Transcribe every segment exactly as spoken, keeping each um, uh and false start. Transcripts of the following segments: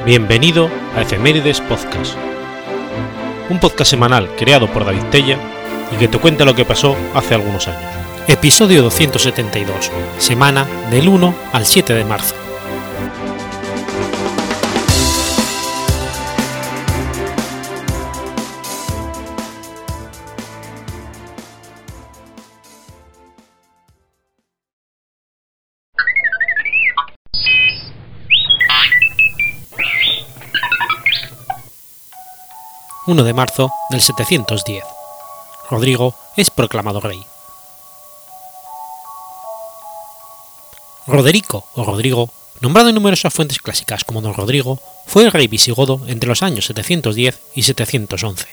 Bienvenido a Efemérides Podcast, un podcast semanal creado por David Tella y que te cuenta lo que pasó hace algunos años. Episodio doscientos setenta y dos, semana del uno al siete de marzo. uno de marzo del setecientos diez. Rodrigo es proclamado rey. Roderico o Rodrigo, nombrado en numerosas fuentes clásicas como Don Rodrigo, fue el rey visigodo entre los años setecientos diez y setecientos once.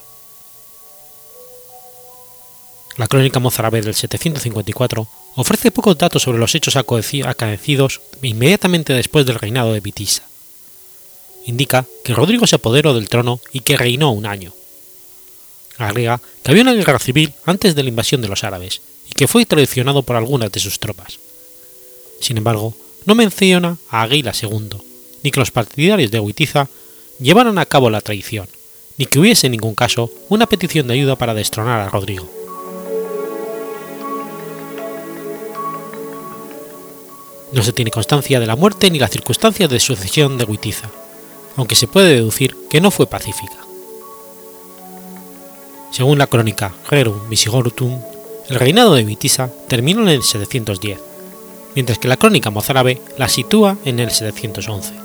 La crónica mozárabe del setecientos cincuenta y cuatro ofrece pocos datos sobre los hechos acaecidos inmediatamente después del reinado de Witiza. Indica que Rodrigo se apoderó del trono y que reinó un año. Agrega que había una guerra civil antes de la invasión de los árabes y que fue traicionado por algunas de sus tropas. Sin embargo, no menciona a Águila segundo, ni que los partidarios de Witiza llevaran a cabo la traición, ni que hubiese en ningún caso una petición de ayuda para destronar a Rodrigo. No se tiene constancia de la muerte ni las circunstancias de sucesión de Witiza, aunque se puede deducir que no fue pacífica. Según la crónica Rerum Visigorum, el reinado de Witiza terminó en el setecientos diez, mientras que la crónica mozárabe la sitúa en el setecientos once.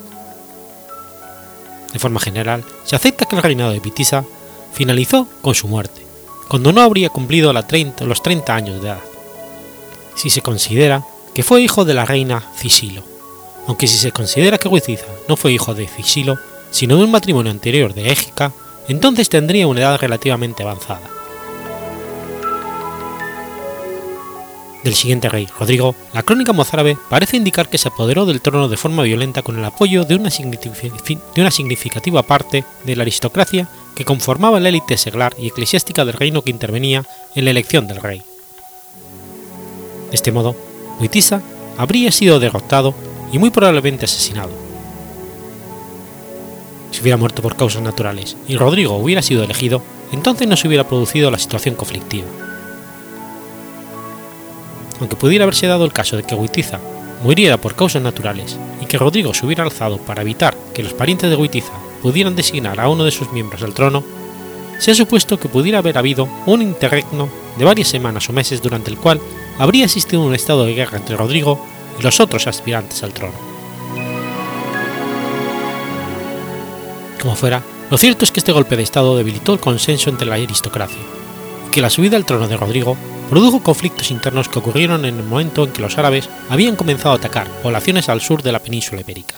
De forma general, se acepta que el reinado de Witiza finalizó con su muerte, cuando no habría cumplido la treinta, los treinta años de edad, si se considera que fue hijo de la reina Cisilo, aunque si se considera que Witiza no fue hijo de Cisilo, sino de un matrimonio anterior de Égica, entonces tendría una edad relativamente avanzada. Del siguiente rey, Rodrigo, la crónica mozárabe parece indicar que se apoderó del trono de forma violenta con el apoyo de una, de una significativa parte de la aristocracia que conformaba la élite seglar y eclesiástica del reino que intervenía en la elección del rey. De este modo, Witiza habría sido derrotado y muy probablemente asesinado. Si hubiera muerto por causas naturales y Rodrigo hubiera sido elegido, entonces no se hubiera producido la situación conflictiva. Aunque pudiera haberse dado el caso de que Witiza muriera por causas naturales y que Rodrigo se hubiera alzado para evitar que los parientes de Witiza pudieran designar a uno de sus miembros al trono, se ha supuesto que pudiera haber habido un interregno de varias semanas o meses durante el cual habría existido un estado de guerra entre Rodrigo y los otros aspirantes al trono. Como fuera, lo cierto es que este golpe de estado debilitó el consenso entre la aristocracia, y que la subida al trono de Rodrigo produjo conflictos internos que ocurrieron en el momento en que los árabes habían comenzado a atacar poblaciones al sur de la península ibérica.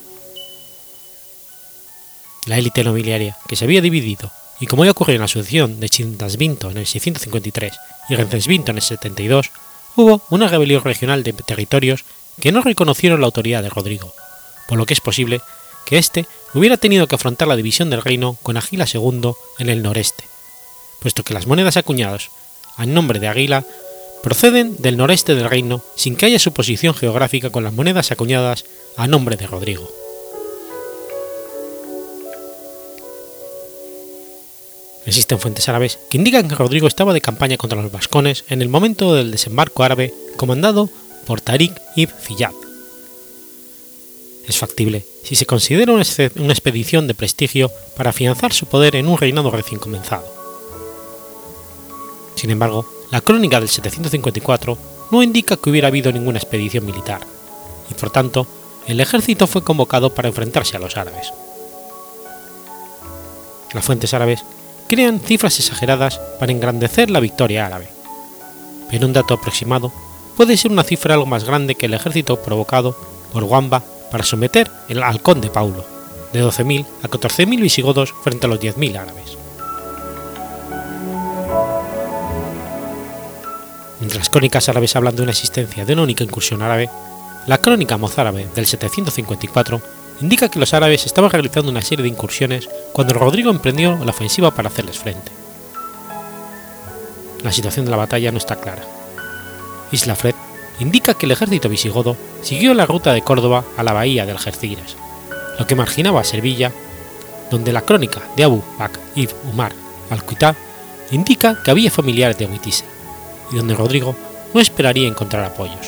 La élite nobiliaria, que se había dividido, y como ya ocurrió en la sucesión de Cindasvinto en el seiscientos cincuenta y tres y Recesvinto en el setenta y dos, hubo una rebelión regional de territorios que no reconocieron la autoridad de Rodrigo, por lo que es posible que éste hubiera tenido que afrontar la división del reino con Águila segundo en el noreste, puesto que las monedas acuñadas en nombre de Águila proceden del noreste del reino sin que haya suposición geográfica con las monedas acuñadas a nombre de Rodrigo. Existen fuentes árabes que indican que Rodrigo estaba de campaña contra los vascones en el momento del desembarco árabe comandado por Tariq ibn Ziyad. Es factible si se considera una expedición de prestigio para afianzar su poder en un reinado recién comenzado. Sin embargo, la crónica del setecientos cincuenta y cuatro no indica que hubiera habido ninguna expedición militar, y por tanto, el ejército fue convocado para enfrentarse a los árabes. Las fuentes árabes crean cifras exageradas para engrandecer la victoria árabe, pero un dato aproximado puede ser una cifra algo más grande que el ejército provocado por Wamba para someter el al conde Paulo, de doce mil a catorce mil visigodos frente a los diez mil árabes. Mientras las crónicas árabes hablan de una existencia de una única incursión árabe, la crónica mozárabe del setecientos cincuenta y cuatro indica que los árabes estaban realizando una serie de incursiones cuando Rodrigo emprendió la ofensiva para hacerles frente. La situación de la batalla no está clara. Isla indica que el ejército visigodo siguió la ruta de Córdoba a la bahía de Algeciras, lo que marginaba a Sevilla, donde la crónica de Abu Bakr ibn Umar al-Khattab indica que había familiares de Witiza, y donde Rodrigo no esperaría encontrar apoyos.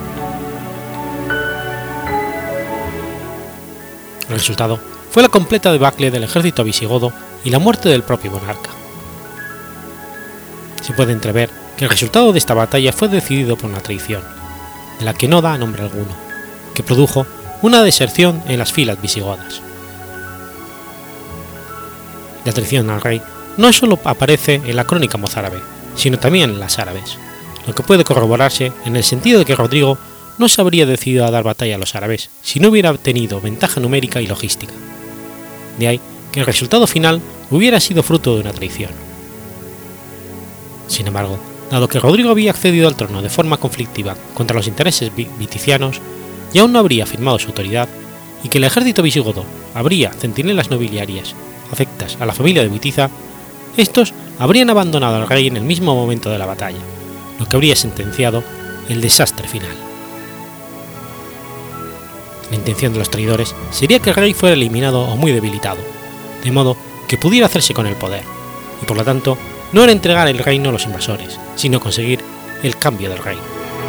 El resultado fue la completa debacle del ejército visigodo y la muerte del propio monarca. Se puede entrever que el resultado de esta batalla fue decidido por una traición, de la que no da nombre alguno, que produjo una deserción en las filas visigodas. La traición al rey no solo aparece en la crónica mozárabe, sino también en las árabes, lo que puede corroborarse en el sentido de que Rodrigo no se habría decidido a dar batalla a los árabes si no hubiera tenido ventaja numérica y logística. De ahí que el resultado final hubiera sido fruto de una traición. Sin embargo, dado que Rodrigo había accedido al trono de forma conflictiva contra los intereses viticianos y aún no habría firmado su autoridad, y que el ejército visigodo habría centinelas nobiliarias afectas a la familia de Witiza, estos habrían abandonado al rey en el mismo momento de la batalla, lo que habría sentenciado el desastre final. La intención de los traidores sería que el rey fuera eliminado o muy debilitado, de modo que pudiera hacerse con el poder, y por lo tanto no era entregar el reino a los invasores, sino conseguir el cambio del rey.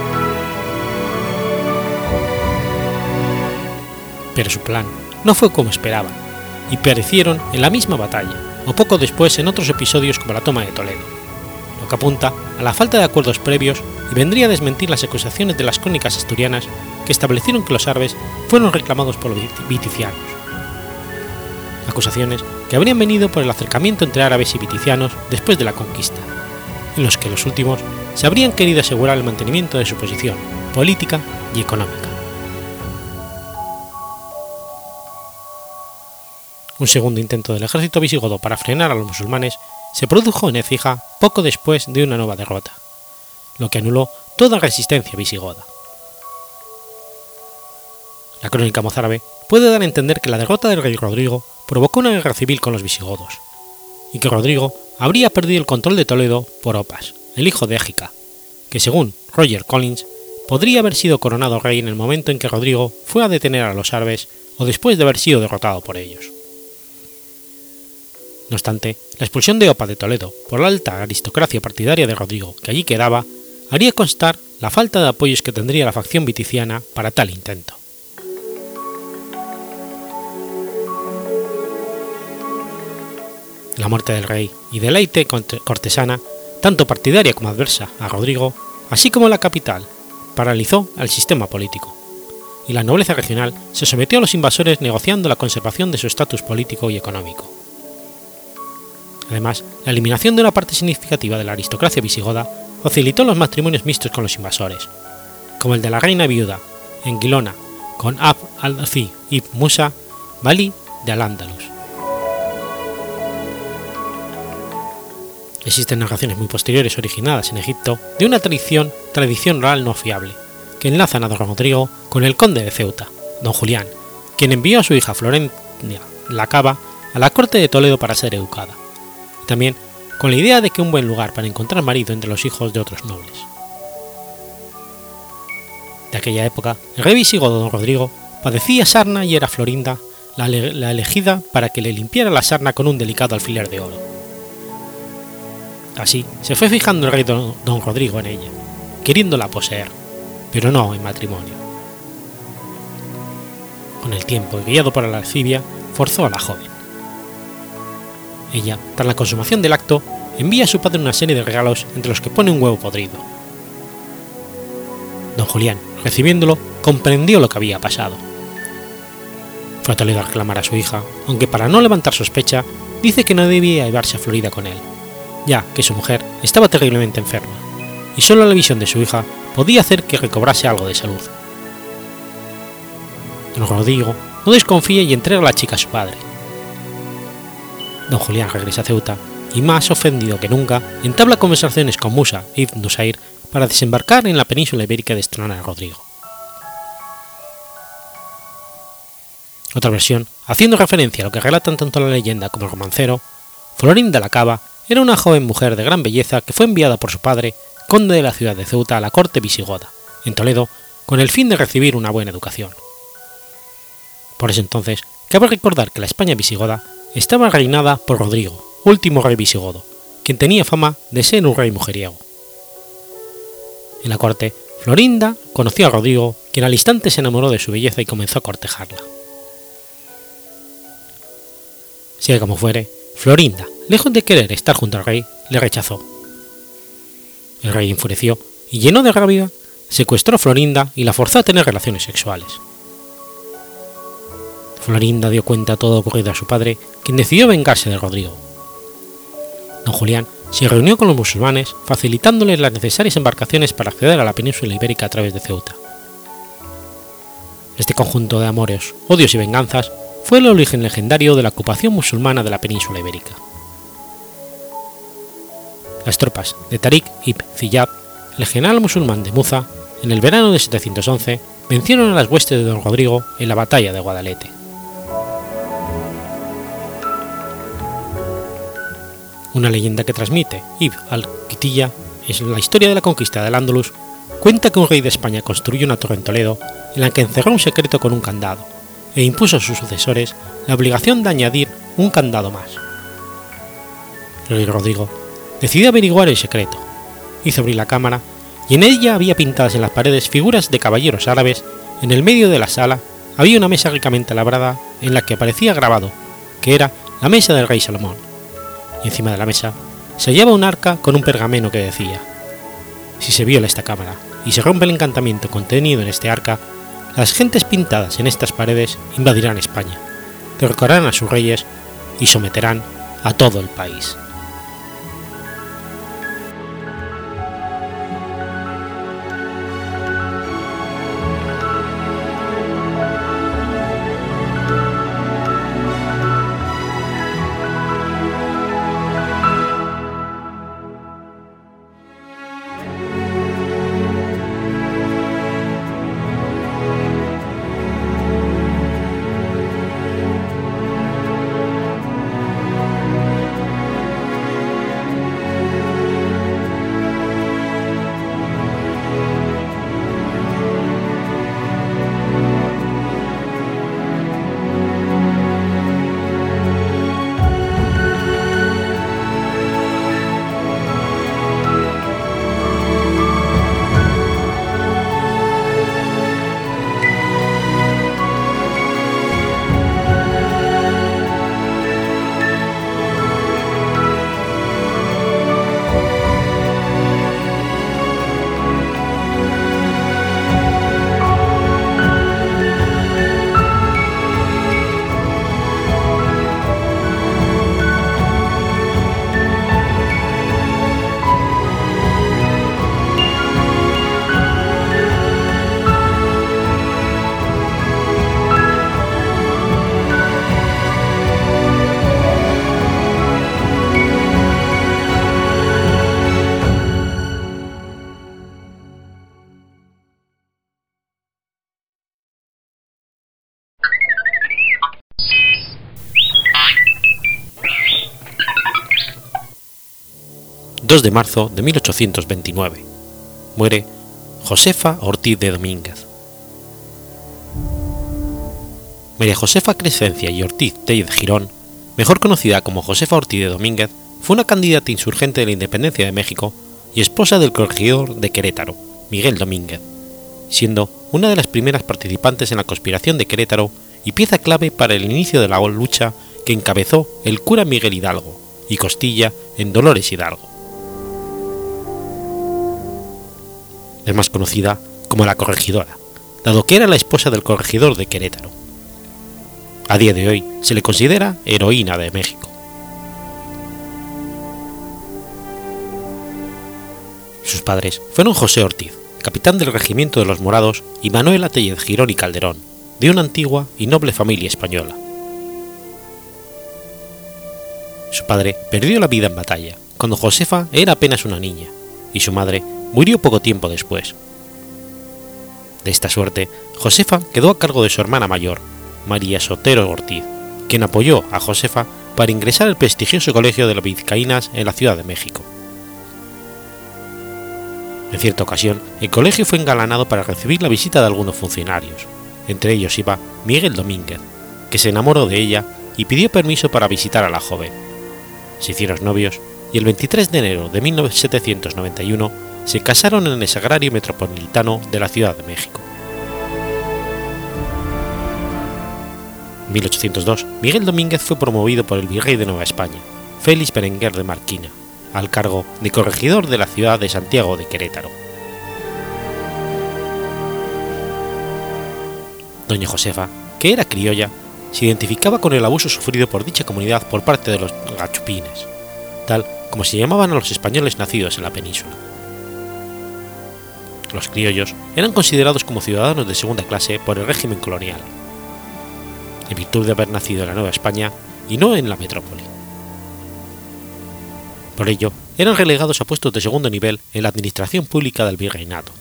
Pero su plan no fue como esperaban, y perecieron en la misma batalla, o poco después en otros episodios como la toma de Toledo, lo que apunta a la falta de acuerdos previos y vendría a desmentir las acusaciones de las crónicas asturianas que establecieron que los árabes fueron reclamados por los viticianos. Acusaciones que habrían venido por el acercamiento entre árabes y viticianos después de la conquista, en los que los últimos se habrían querido asegurar el mantenimiento de su posición política y económica. Un segundo intento del ejército visigodo para frenar a los musulmanes se produjo en Écija poco después de una nueva derrota, lo que anuló toda resistencia visigoda. La crónica mozárabe puede dar a entender que la derrota del rey Rodrigo provocó una guerra civil con los visigodos, y que Rodrigo habría perdido el control de Toledo por Opas, el hijo de Égica, que según Roger Collins podría haber sido coronado rey en el momento en que Rodrigo fue a detener a los árabes o después de haber sido derrotado por ellos. No obstante, la expulsión de Opa de Toledo por la alta aristocracia partidaria de Rodrigo que allí quedaba haría constar la falta de apoyos que tendría la facción viticiana para tal intento. La muerte del rey y de la élite cortesana, tanto partidaria como adversa a Rodrigo, así como la capital, paralizó al sistema político, y la nobleza regional se sometió a los invasores negociando la conservación de su estatus político y económico. Además, la eliminación de una parte significativa de la aristocracia visigoda facilitó los matrimonios mixtos con los invasores, como el de la reina viuda en Gilona con Abd al-Aziz ibn Musa, Valí de Al-Ándalus. Existen narraciones muy posteriores originadas en Egipto de una tradición, tradición oral no fiable, que enlazan a don Rodrigo con el conde de Ceuta, don Julián, quien envió a su hija Florencia la Cava a la corte de Toledo para ser educada, y también con la idea de que un buen lugar para encontrar marido entre los hijos de otros nobles. De aquella época, el rey visigodo don Rodrigo padecía sarna y era Florinda la, la elegida para que le limpiara la sarna con un delicado alfiler de oro. Así se fue fijando el rey don, don Rodrigo en ella, queriéndola poseer, pero no en matrimonio. Con el tiempo y guiado por la lascivia, forzó a la joven. Ella, tras la consumación del acto, envía a su padre una serie de regalos entre los que pone un huevo podrido. Don Julián, recibiéndolo, comprendió lo que había pasado. Fue a Toledo a reclamar a su hija, aunque para no levantar sospecha, dice que no debía llevarse a Florida con él, ya que su mujer estaba terriblemente enferma, y solo la visión de su hija podía hacer que recobrase algo de salud. Don Rodrigo no desconfía y entrega a la chica a su padre. Don Julián regresa a Ceuta y, más ofendido que nunca, entabla conversaciones con Musa ibn Nusair para desembarcar en la península ibérica y destronar a Rodrigo. Otra versión, haciendo referencia a lo que relatan tanto la leyenda como el romancero, Florinda la Cava era una joven mujer de gran belleza que fue enviada por su padre, conde de la ciudad de Ceuta, a la corte visigoda, en Toledo, con el fin de recibir una buena educación. Por ese entonces, cabe recordar que la España visigoda estaba reinada por Rodrigo, último rey visigodo, quien tenía fama de ser un rey mujeriego. En la corte, Florinda conoció a Rodrigo, quien al instante se enamoró de su belleza y comenzó a cortejarla. Sea como fuere, Florinda, lejos de querer estar junto al rey, le rechazó. El rey enfureció y, lleno de rabia, secuestró a Florinda y la forzó a tener relaciones sexuales. Florinda dio cuenta de todo ocurrido a su padre, quien decidió vengarse de Rodrigo. Don Julián se reunió con los musulmanes, facilitándoles las necesarias embarcaciones para acceder a la península ibérica a través de Ceuta. Este conjunto de amores, odios y venganzas fue el origen legendario de la ocupación musulmana de la península ibérica. Las tropas de Tariq ibn Ziyad, el general musulmán de Muza, en el verano de setecientos once, vencieron a las huestes de don Rodrigo en la batalla de Guadalete. Una leyenda que transmite Ibn al-Qitiyya es la historia de la conquista del Andalus, cuenta que un rey de España construyó una torre en Toledo en la que encerró un secreto con un candado e impuso a sus sucesores la obligación de añadir un candado más. El rey Rodrigo decidió averiguar el secreto, hizo abrir la cámara y en ella había pintadas en las paredes figuras de caballeros árabes. En el medio de la sala había una mesa ricamente labrada en la que aparecía grabado que era la mesa del rey Salomón, y encima de la mesa se hallaba un arca con un pergamino que decía: si se viola esta cámara y se rompe el encantamiento contenido en este arca, las gentes pintadas en estas paredes invadirán España, derrocarán a sus reyes y someterán a todo el país. dos de marzo de mil ochocientos veintinueve. Muere Josefa Ortiz de Domínguez. María Josefa Crescencia y Ortiz Tellez Girón, mejor conocida como Josefa Ortiz de Domínguez, fue una candidata insurgente de la independencia de México y esposa del corregidor de Querétaro, Miguel Domínguez, siendo una de las primeras participantes en la conspiración de Querétaro y pieza clave para el inicio de la lucha que encabezó el cura Miguel Hidalgo y Costilla en Dolores Hidalgo. Es más conocida como la corregidora, dado que era la esposa del corregidor de Querétaro. A día de hoy se le considera heroína de México. Sus padres fueron José Ortiz, capitán del regimiento de los Morados, y Manuela Tellez Girón y Calderón, de una antigua y noble familia española. Su padre perdió la vida en batalla, cuando Josefa era apenas una niña, y su madre murió poco tiempo después. De esta suerte, Josefa quedó a cargo de su hermana mayor, María Sotero Ortiz, quien apoyó a Josefa para ingresar al prestigioso Colegio de las Vizcaínas en la Ciudad de México. En cierta ocasión, el colegio fue engalanado para recibir la visita de algunos funcionarios, entre ellos iba Miguel Domínguez, que se enamoró de ella y pidió permiso para visitar a la joven. Se hicieron novios y el veintitrés de enero de mil setecientos noventa y uno se casaron en el Sagrario Metropolitano de la Ciudad de México. En mil ochocientos dos, Miguel Domínguez fue promovido por el virrey de Nueva España, Félix Berenguer de Marquina, al cargo de corregidor de la ciudad de Santiago de Querétaro. Doña Josefa, que era criolla, se identificaba con el abuso sufrido por dicha comunidad por parte de los gachupines, tal como se llamaban a los españoles nacidos en la península. Los criollos eran considerados como ciudadanos de segunda clase por el régimen colonial, en virtud de haber nacido en la Nueva España y no en la metrópoli. Por ello, eran relegados a puestos de segundo nivel en la administración pública del virreinato.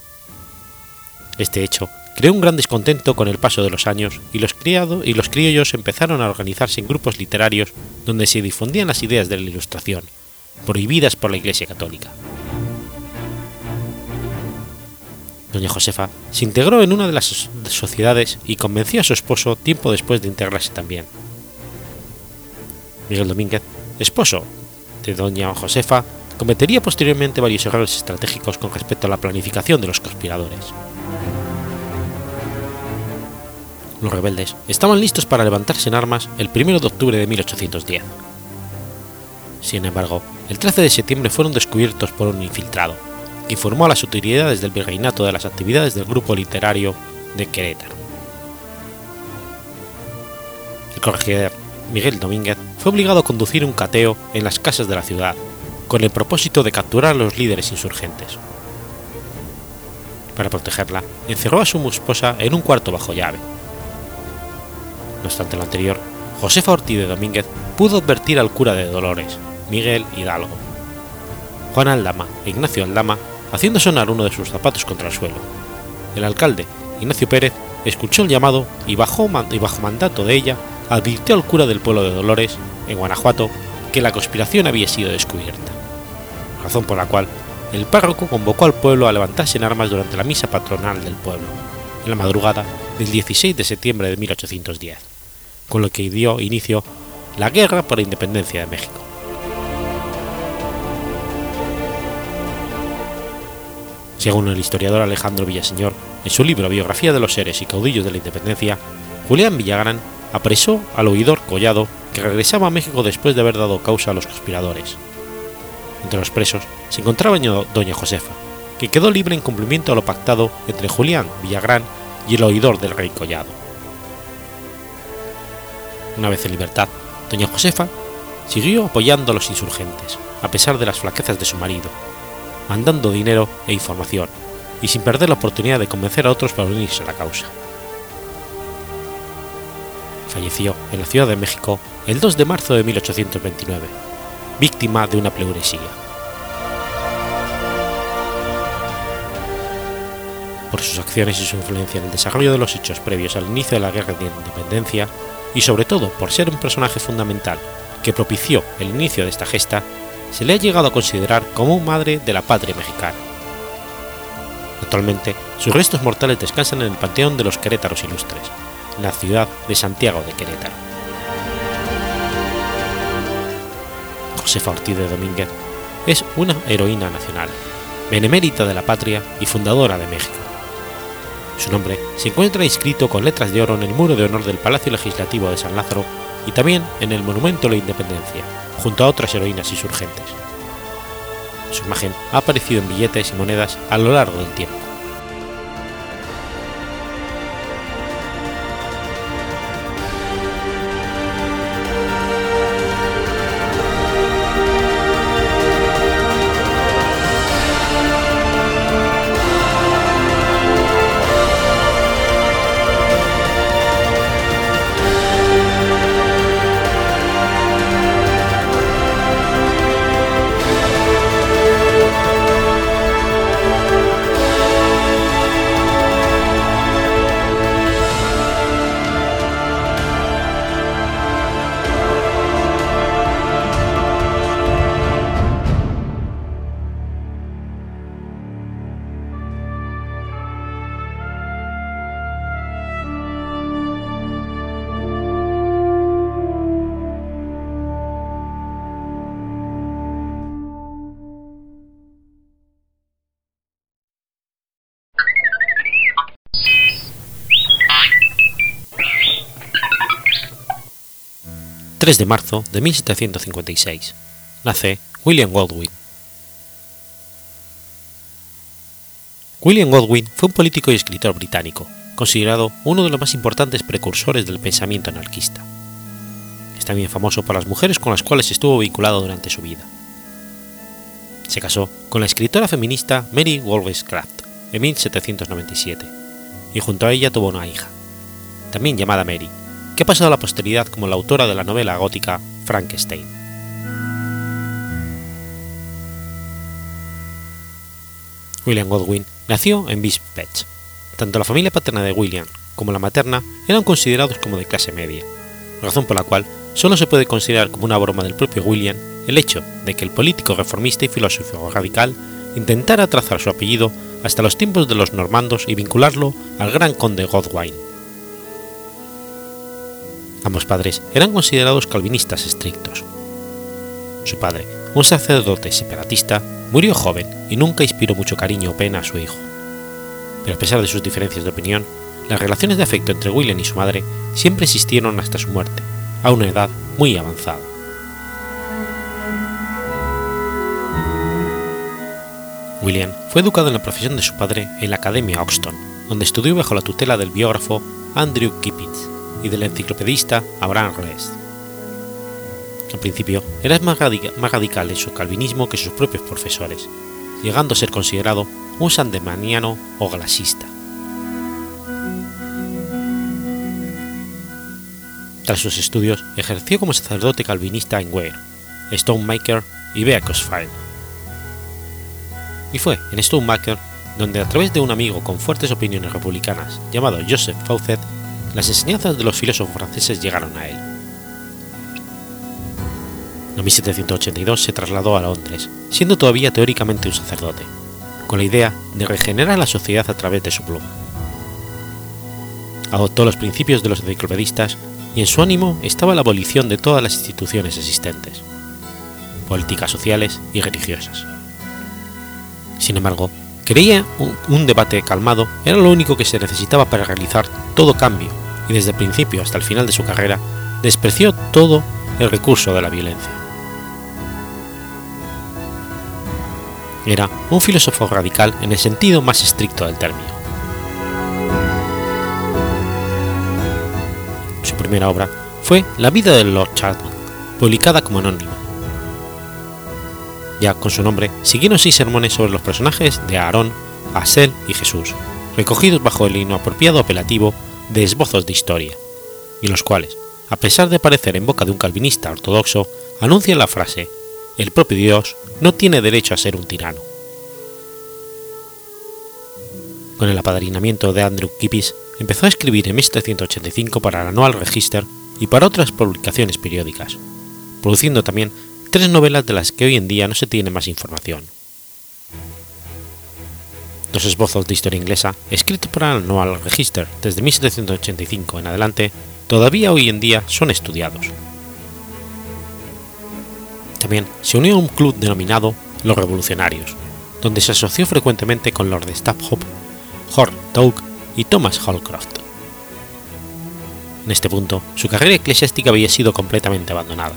Este hecho creó un gran descontento con el paso de los años y los, criado, y los criollos empezaron a organizarse en grupos literarios donde se difundían las ideas de la Ilustración, prohibidas por la Iglesia Católica. Doña Josefa se integró en una de las sociedades y convenció a su esposo tiempo después de integrarse también. Miguel Domínguez, esposo de Doña Josefa, cometería posteriormente varios errores estratégicos con respecto a la planificación de los conspiradores. Los rebeldes estaban listos para levantarse en armas el primero de octubre de mil ochocientos diez. Sin embargo, el trece de septiembre fueron descubiertos por un infiltrado, que informó a las autoridades del virreinato de las actividades del grupo literario de Querétaro. El corregidor Miguel Domínguez fue obligado a conducir un cateo en las casas de la ciudad, con el propósito de capturar a los líderes insurgentes. Para protegerla, encerró a su esposa en un cuarto bajo llave. No obstante lo anterior, Josefa Ortiz de Domínguez pudo advertir al cura de Dolores, Miguel Hidalgo, Juan Aldama e Ignacio Aldama, haciendo sonar uno de sus zapatos contra el suelo. El alcalde, Ignacio Pérez, escuchó el llamado y bajo, y bajo mandato de ella advirtió al cura del pueblo de Dolores, en Guanajuato, que la conspiración había sido descubierta, razón por la cual el párroco convocó al pueblo a levantarse en armas durante la misa patronal del pueblo, en la madrugada del dieciséis de septiembre de mil ochocientos diez, con lo que dio inicio la Guerra por la Independencia de México. Según el historiador Alejandro Villaseñor, en su libro Biografía de los héroes y caudillos de la Independencia, Julián Villagrán apresó al oidor Collado, que regresaba a México después de haber dado causa a los conspiradores. Entre los presos se encontraba Doña Josefa, que quedó libre en cumplimiento a lo pactado entre Julián Villagrán y el oidor del rey Collado. Una vez en libertad, Doña Josefa siguió apoyando a los insurgentes, a pesar de las flaquezas de su marido, mandando dinero e información, y sin perder la oportunidad de convencer a otros para unirse a la causa. Falleció en la Ciudad de México el dos de marzo de mil ochocientos veintinueve, víctima de una pleuresía. Por sus acciones y su influencia en el desarrollo de los hechos previos al inicio de la Guerra de Independencia, y sobre todo por ser un personaje fundamental que propició el inicio de esta gesta, se le ha llegado a considerar como un madre de la patria mexicana. Actualmente, sus restos mortales descansan en el Panteón de los Querétaros Ilustres, en la ciudad de Santiago de Querétaro. Josefa Ortiz de Domínguez es una heroína nacional, benemérita de la patria y fundadora de México. Su nombre se encuentra inscrito con letras de oro en el muro de honor del Palacio Legislativo de San Lázaro y también en el Monumento a la Independencia, junto a otras heroínas insurgentes. Su imagen ha aparecido en billetes y monedas a lo largo del tiempo. tres de marzo de mil setecientos cincuenta y seis, nace William Godwin. William Godwin fue un político y escritor británico, considerado uno de los más importantes precursores del pensamiento anarquista. Es también famoso por las mujeres con las cuales estuvo vinculado durante su vida. Se casó con la escritora feminista Mary Wollstonecraft en mil setecientos noventa y siete, y junto a ella tuvo una hija, también llamada Mary, que ha pasado a la posteridad como la autora de la novela gótica Frankenstein. William Godwin nació en Bishopsgate. Tanto la familia paterna de William como la materna eran considerados como de clase media, razón por la cual solo se puede considerar como una broma del propio William el hecho de que el político reformista y filósofo radical intentara trazar su apellido hasta los tiempos de los normandos y vincularlo al gran conde Godwin. Ambos padres eran considerados calvinistas estrictos. Su padre, un sacerdote separatista, murió joven y nunca inspiró mucho cariño o pena a su hijo. Pero a pesar de sus diferencias de opinión, las relaciones de afecto entre William y su madre siempre existieron hasta su muerte, a una edad muy avanzada. William fue educado en la profesión de su padre en la Academia Oxford, donde estudió bajo la tutela del biógrafo Andrew Kippis y del enciclopedista Abraham Roest. Al principio era más, radical, más radical en su calvinismo que sus propios profesores, llegando a ser considerado un sandemaniano o glasista. Tras sus estudios, ejerció como sacerdote calvinista en Ware, Stonemaker y Beaconsfield. Y fue en Stonemaker donde, a través de un amigo con fuertes opiniones republicanas llamado Joseph Fawcett, las enseñanzas de los filósofos franceses llegaron a él. En mil setecientos ochenta y dos se trasladó a Londres, siendo todavía teóricamente un sacerdote, con la idea de regenerar la sociedad a través de su pluma. Adoptó los principios de los enciclopedistas y en su ánimo estaba la abolición de todas las instituciones existentes, políticas sociales y religiosas. Sin embargo, creía un, un debate calmado era lo único que se necesitaba para realizar todo cambio, y desde el principio hasta el final de su carrera despreció todo el recurso de la violencia. Era un filósofo radical en el sentido más estricto del término. Su primera obra fue La vida de Lord Chatham, publicada como anónima. Ya con su nombre siguieron seis sermones sobre los personajes de Aarón, Asel y Jesús, recogidos bajo el inapropiado apelativo de esbozos de historia, y los cuales, a pesar de aparecer en boca de un calvinista ortodoxo, anuncian la frase: el propio Dios no tiene derecho a ser un tirano. Con el apadrinamiento de Andrew Kippis, empezó a escribir en mil setecientos ochenta y cinco para el Annual Register y para otras publicaciones periódicas, produciendo también tres novelas de las que hoy en día no se tiene más información. Los esbozos de historia inglesa, escritos para el Annual Register desde mil setecientos ochenta y cinco en adelante, todavía hoy en día son estudiados. También se unió a un club denominado Los Revolucionarios, donde se asoció frecuentemente con Lord Stanhope, Hort Doak y Thomas Holcroft. En este punto, su carrera eclesiástica había sido completamente abandonada.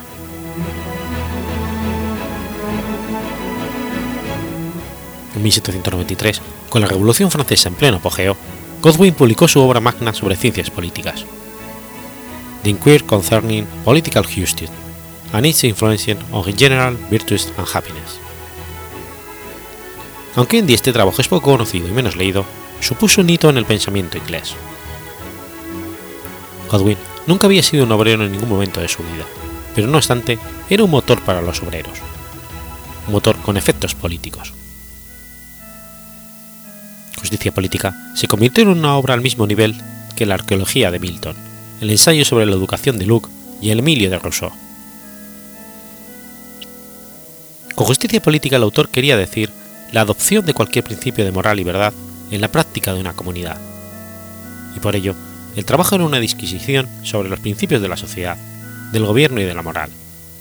En mil setecientos noventa y tres, con la Revolución Francesa en pleno apogeo, Godwin publicó su obra magna sobre ciencias políticas, The Inquiry Concerning Political Justice and its Influence on General Virtues and Happiness. Aunque en día este trabajo es poco conocido y menos leído, supuso un hito en el pensamiento inglés. Godwin nunca había sido un obrero en ningún momento de su vida, pero no obstante era un motor para los obreros, un motor con efectos políticos. Justicia política se convirtió en una obra al mismo nivel que la arqueología de Milton, el ensayo sobre la educación de Locke y el Emilio de Rousseau. Con justicia política el autor quería decir la adopción de cualquier principio de moral y verdad en la práctica de una comunidad, y por ello el trabajo era una disquisición sobre los principios de la sociedad, del gobierno y de la moral.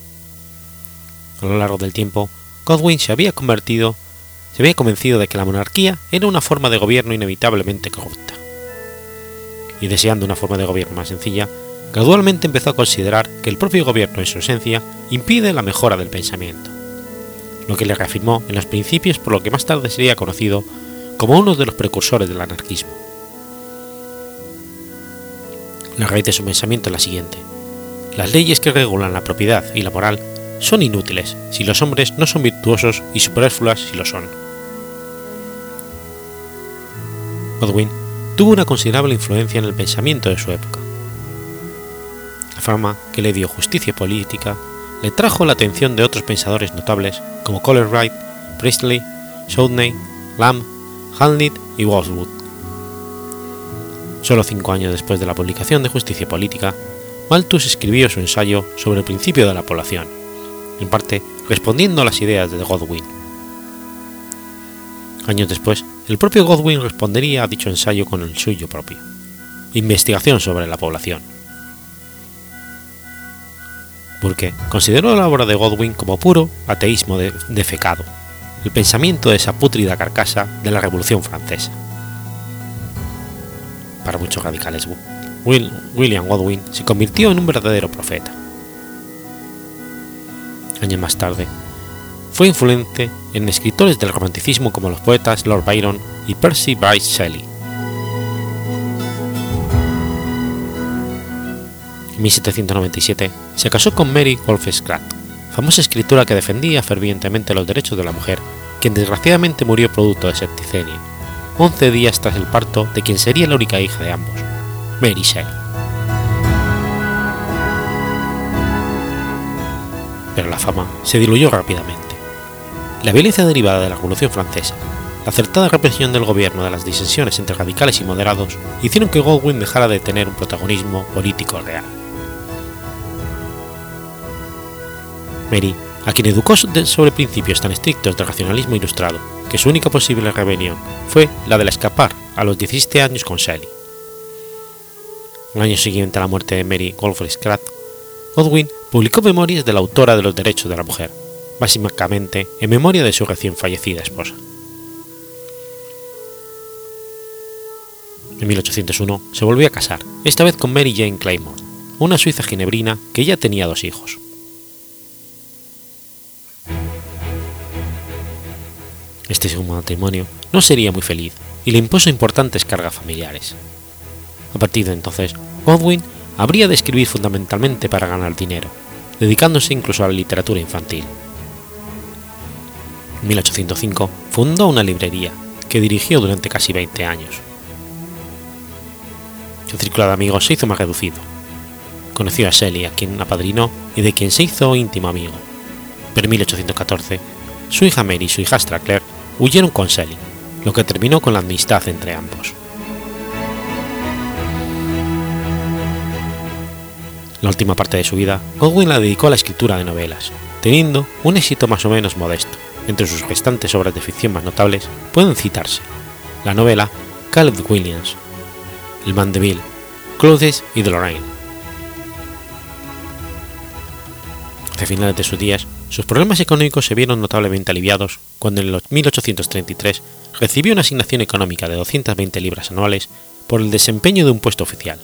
A lo largo del tiempo, Godwin se había convertido se había convencido de que la monarquía era una forma de gobierno inevitablemente corrupta, y deseando una forma de gobierno más sencilla, gradualmente empezó a considerar que el propio gobierno en su esencia impide la mejora del pensamiento, lo que le reafirmó en los principios por lo que más tarde sería conocido como uno de los precursores del anarquismo. La raíz de su pensamiento es la siguiente: las leyes que regulan la propiedad y la moral son inútiles si los hombres no son virtuosos y superfluas si lo son. Godwin tuvo una considerable influencia en el pensamiento de su época. La fama que le dio justicia política le trajo la atención de otros pensadores notables como Coleridge, Priestley, Southey, Lamb, Hazlitt y Wordsworth. Solo cinco años después de la publicación de Justicia Política, Malthus escribió su ensayo sobre el principio de la población, en parte respondiendo a las ideas de Godwin. Años después, el propio Godwin respondería a dicho ensayo con el suyo propio, Investigación sobre la población. Burke consideró la obra de Godwin como puro ateísmo de, defecado, el pensamiento de esa pútrida carcasa de la Revolución Francesa. Para muchos radicales, Will, William Godwin se convirtió en un verdadero profeta. Años más tarde, fue influente en escritores del romanticismo como los poetas Lord Byron y Percy Bysshe Shelley. En mil setecientos noventa y siete se casó con Mary Wollstonecraft, famosa escritora que defendía fervientemente los derechos de la mujer, quien desgraciadamente murió producto de septicemia, once días tras el parto de quien sería la única hija de ambos, Mary Shelley. Pero la fama se diluyó rápidamente. La violencia derivada de la Revolución Francesa, la acertada represión del gobierno de las disensiones entre radicales y moderados, hicieron que Godwin dejara de tener un protagonismo político real. Mary, a quien educó sobre principios tan estrictos del racionalismo ilustrado que su única posible rebelión fue la de escapar a los diecisiete años con Shelley. El año siguiente a la muerte de Mary Wollstonecraft, Godwin publicó Memorias de la autora de los derechos de la mujer, básicamente en memoria de su recién fallecida esposa. En mil ochocientos uno se volvió a casar, esta vez con Mary Jane Claymore, una suiza ginebrina que ya tenía dos hijos. Este segundo matrimonio no sería muy feliz y le impuso importantes cargas familiares. A partir de entonces, Godwin habría de escribir fundamentalmente para ganar dinero, dedicándose incluso a la literatura infantil. En mil ochocientos cinco fundó una librería que dirigió durante casi veinte años. Su círculo de amigos se hizo más reducido. Conoció a Shelley, a quien apadrinó y de quien se hizo íntimo amigo, pero en mil ochocientos catorce su hija Mary y su hijastra Claire huyeron con Shelley, lo que terminó con la amistad entre ambos. La última parte de su vida, Godwin la dedicó a la escritura de novelas, teniendo un éxito más o menos modesto. Entre sus restantes obras de ficción más notables pueden citarse la novela Caleb Williams, El Mandeville, Claude y de Lorraine. Hacia finales de sus días, sus problemas económicos se vieron notablemente aliviados cuando en mil ochocientos treinta y tres recibió una asignación económica de doscientas veinte libras anuales por el desempeño de un puesto oficial.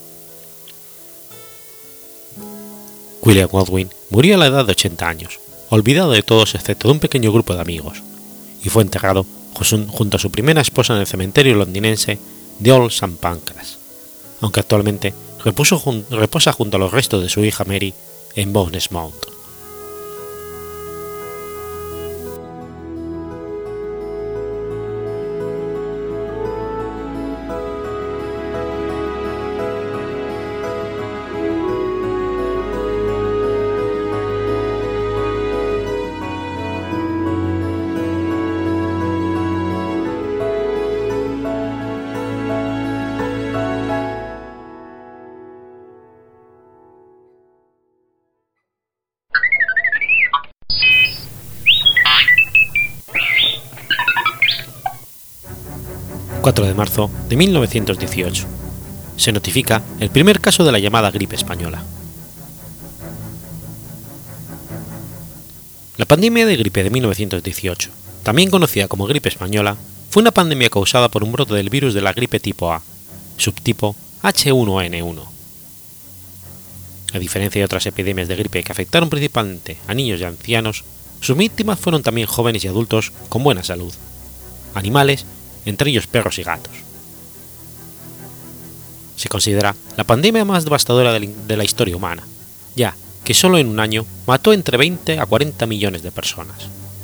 William Godwin murió a la edad de ochenta años, olvidado de todos excepto de un pequeño grupo de amigos, y fue enterrado junto a su primera esposa en el cementerio londinense de Old Saint Pancras, aunque actualmente repuso, reposa junto a los restos de su hija Mary en Bournemouth Mount. cuatro de marzo de mil novecientos dieciocho. Se notifica el primer caso de la llamada gripe española. La pandemia de gripe de mil novecientos dieciocho, también conocida como gripe española, fue una pandemia causada por un brote del virus de la gripe tipo A, subtipo H uno N uno. A diferencia de otras epidemias de gripe que afectaron principalmente a niños y ancianos, sus víctimas fueron también jóvenes y adultos con buena salud, animales, entre ellos perros y gatos. Se considera la pandemia más devastadora de la historia humana, ya que solo en un año mató entre veinte a cuarenta millones de personas.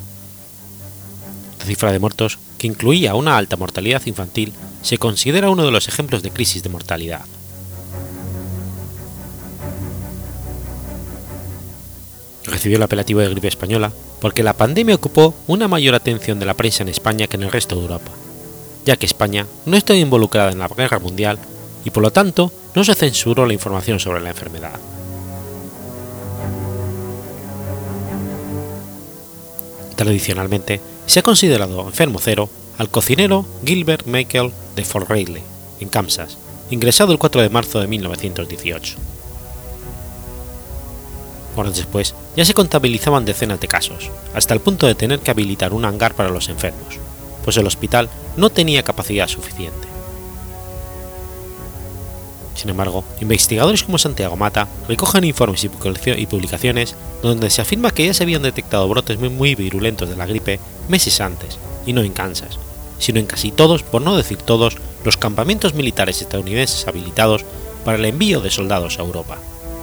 La cifra de muertos, que incluía una alta mortalidad infantil, se considera uno de los ejemplos de crisis de mortalidad. Recibió el apelativo de gripe española porque la pandemia ocupó una mayor atención de la prensa en España que en el resto de Europa, ya que España no estaba involucrada en la Guerra Mundial y por lo tanto no se censuró la información sobre la enfermedad. Tradicionalmente se ha considerado enfermo cero al cocinero Gilbert Michael de Fort Riley, en Kansas, ingresado el cuatro de marzo de mil novecientos dieciocho. Horas después ya se contabilizaban decenas de casos, hasta el punto de tener que habilitar un hangar para los enfermos, pues el hospital no tenía capacidad suficiente. Sin embargo, investigadores como Santiago Mata recogen informes y publicaciones donde se afirma que ya se habían detectado brotes muy, muy virulentos de la gripe meses antes, y no en Kansas, sino en casi todos, por no decir todos, los campamentos militares estadounidenses habilitados para el envío de soldados a Europa.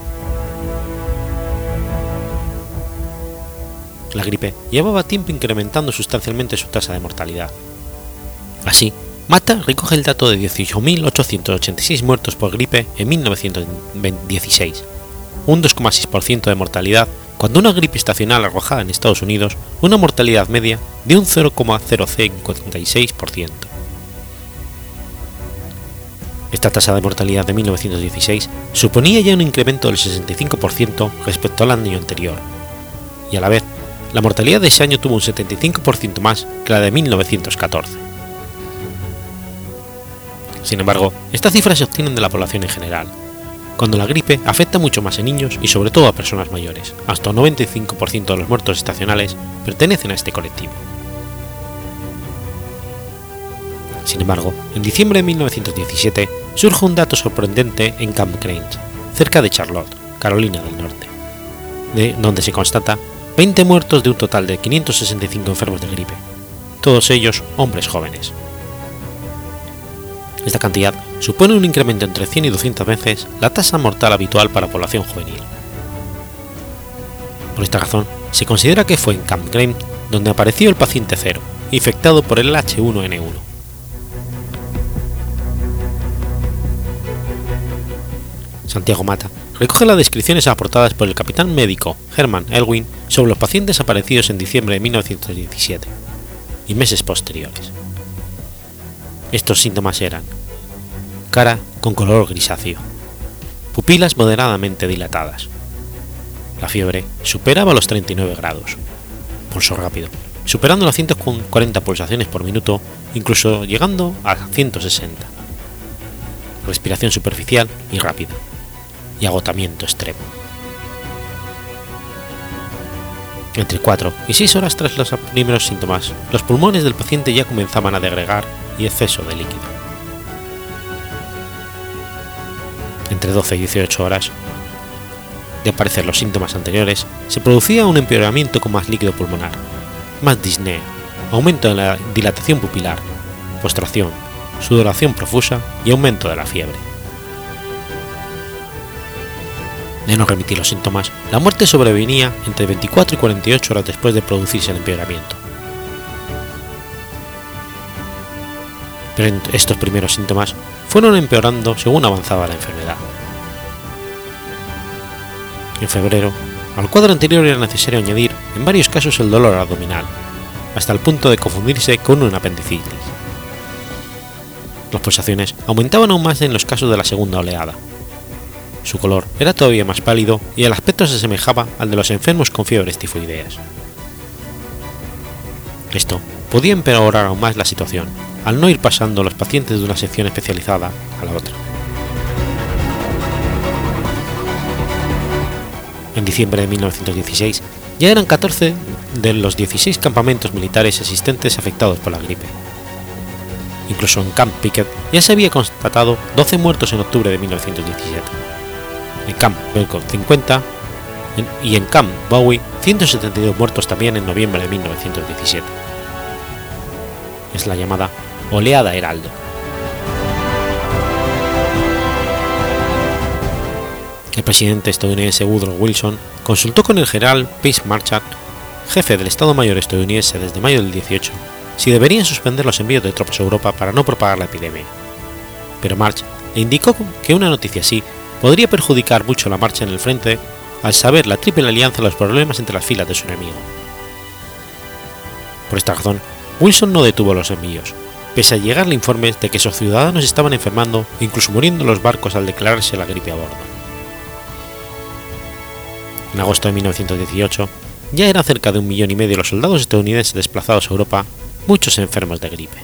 La gripe llevaba tiempo incrementando sustancialmente su tasa de mortalidad. Así, Mata recoge el dato de dieciocho mil ochocientos ochenta y seis muertos por gripe en mil novecientos dieciséis, un dos coma seis por ciento de mortalidad, cuando una gripe estacional arrojaba en Estados Unidos una mortalidad media de un cero coma cero cincuenta y seis por ciento. Esta tasa de mortalidad de mil novecientos dieciséis suponía ya un incremento del sesenta y cinco por ciento respecto al año anterior, y a la vez, la mortalidad de ese año tuvo un setenta y cinco por ciento más que la de mil novecientos catorce. Sin embargo, estas cifras se obtienen de la población en general, cuando la gripe afecta mucho más en niños y sobre todo a personas mayores. Hasta un noventa y cinco por ciento de los muertos estacionales pertenecen a este colectivo. Sin embargo, en diciembre de mil novecientos diecisiete surge un dato sorprendente en Camp Grange, cerca de Charlotte, Carolina del Norte, de donde se constata veinte muertos de un total de quinientos sesenta y cinco enfermos de gripe, todos ellos hombres jóvenes. Esta cantidad supone un incremento entre cien y doscientas veces la tasa mortal habitual para población juvenil. Por esta razón, se considera que fue en Camp Grange donde apareció el paciente cero, infectado por el H uno N uno. Santiago Mata recoge las descripciones aportadas por el capitán médico Herman Elwin sobre los pacientes aparecidos en diciembre de mil novecientos diecisiete y meses posteriores. Estos síntomas eran: cara con color grisáceo, pupilas moderadamente dilatadas, la fiebre superaba los treinta y nueve grados, pulso rápido, superando las ciento cuarenta pulsaciones por minuto, incluso llegando a ciento sesenta, respiración superficial y rápida, y agotamiento extremo. Entre cuatro y seis horas tras los primeros síntomas, los pulmones del paciente ya comenzaban a degradar y exceso de líquido. Entre doce y dieciocho horas de aparecer los síntomas anteriores, se producía un empeoramiento con más líquido pulmonar, más disnea, aumento de la dilatación pupilar, postración, sudoración profusa y aumento de la fiebre. De no remitir los síntomas, la muerte sobrevenía entre veinticuatro y cuarenta y ocho horas después de producirse el empeoramiento. Pero estos primeros síntomas fueron empeorando según avanzaba la enfermedad. En febrero, al cuadro anterior era necesario añadir en varios casos el dolor abdominal, hasta el punto de confundirse con una apendicitis. Las pulsaciones aumentaban aún más en los casos de la segunda oleada. Su color era todavía más pálido y el aspecto se asemejaba al de los enfermos con fiebres tifoideas. Esto podía empeorar aún más la situación, al no ir pasando los pacientes de una sección especializada a la otra. En diciembre de mil novecientos dieciséis ya eran catorce de los dieciséis campamentos militares existentes afectados por la gripe. Incluso en Camp Pickett ya se había constatado doce muertos en octubre de mil novecientos diecisiete. en Camp Belkov cincuenta y en Camp Bowie ciento setenta y dos muertos también en noviembre de mil novecientos diecisiete. Es la llamada Oleada Heraldo. El presidente estadounidense Woodrow Wilson consultó con el general Pace Marchant, jefe del Estado Mayor estadounidense desde mayo del dieciocho, si deberían suspender los envíos de tropas a Europa para no propagar la epidemia. Pero March le indicó que una noticia así podría perjudicar mucho la marcha en el frente al saber la triple alianza y los problemas entre las filas de su enemigo. Por esta razón, Wilson no detuvo los envíos, pese a llegarle informes de que sus ciudadanos estaban enfermando e incluso muriendo en los barcos al declararse la gripe a bordo. En agosto de mil novecientos dieciocho, ya eran cerca de un millón y medio los soldados estadounidenses desplazados a Europa, muchos enfermos de gripe.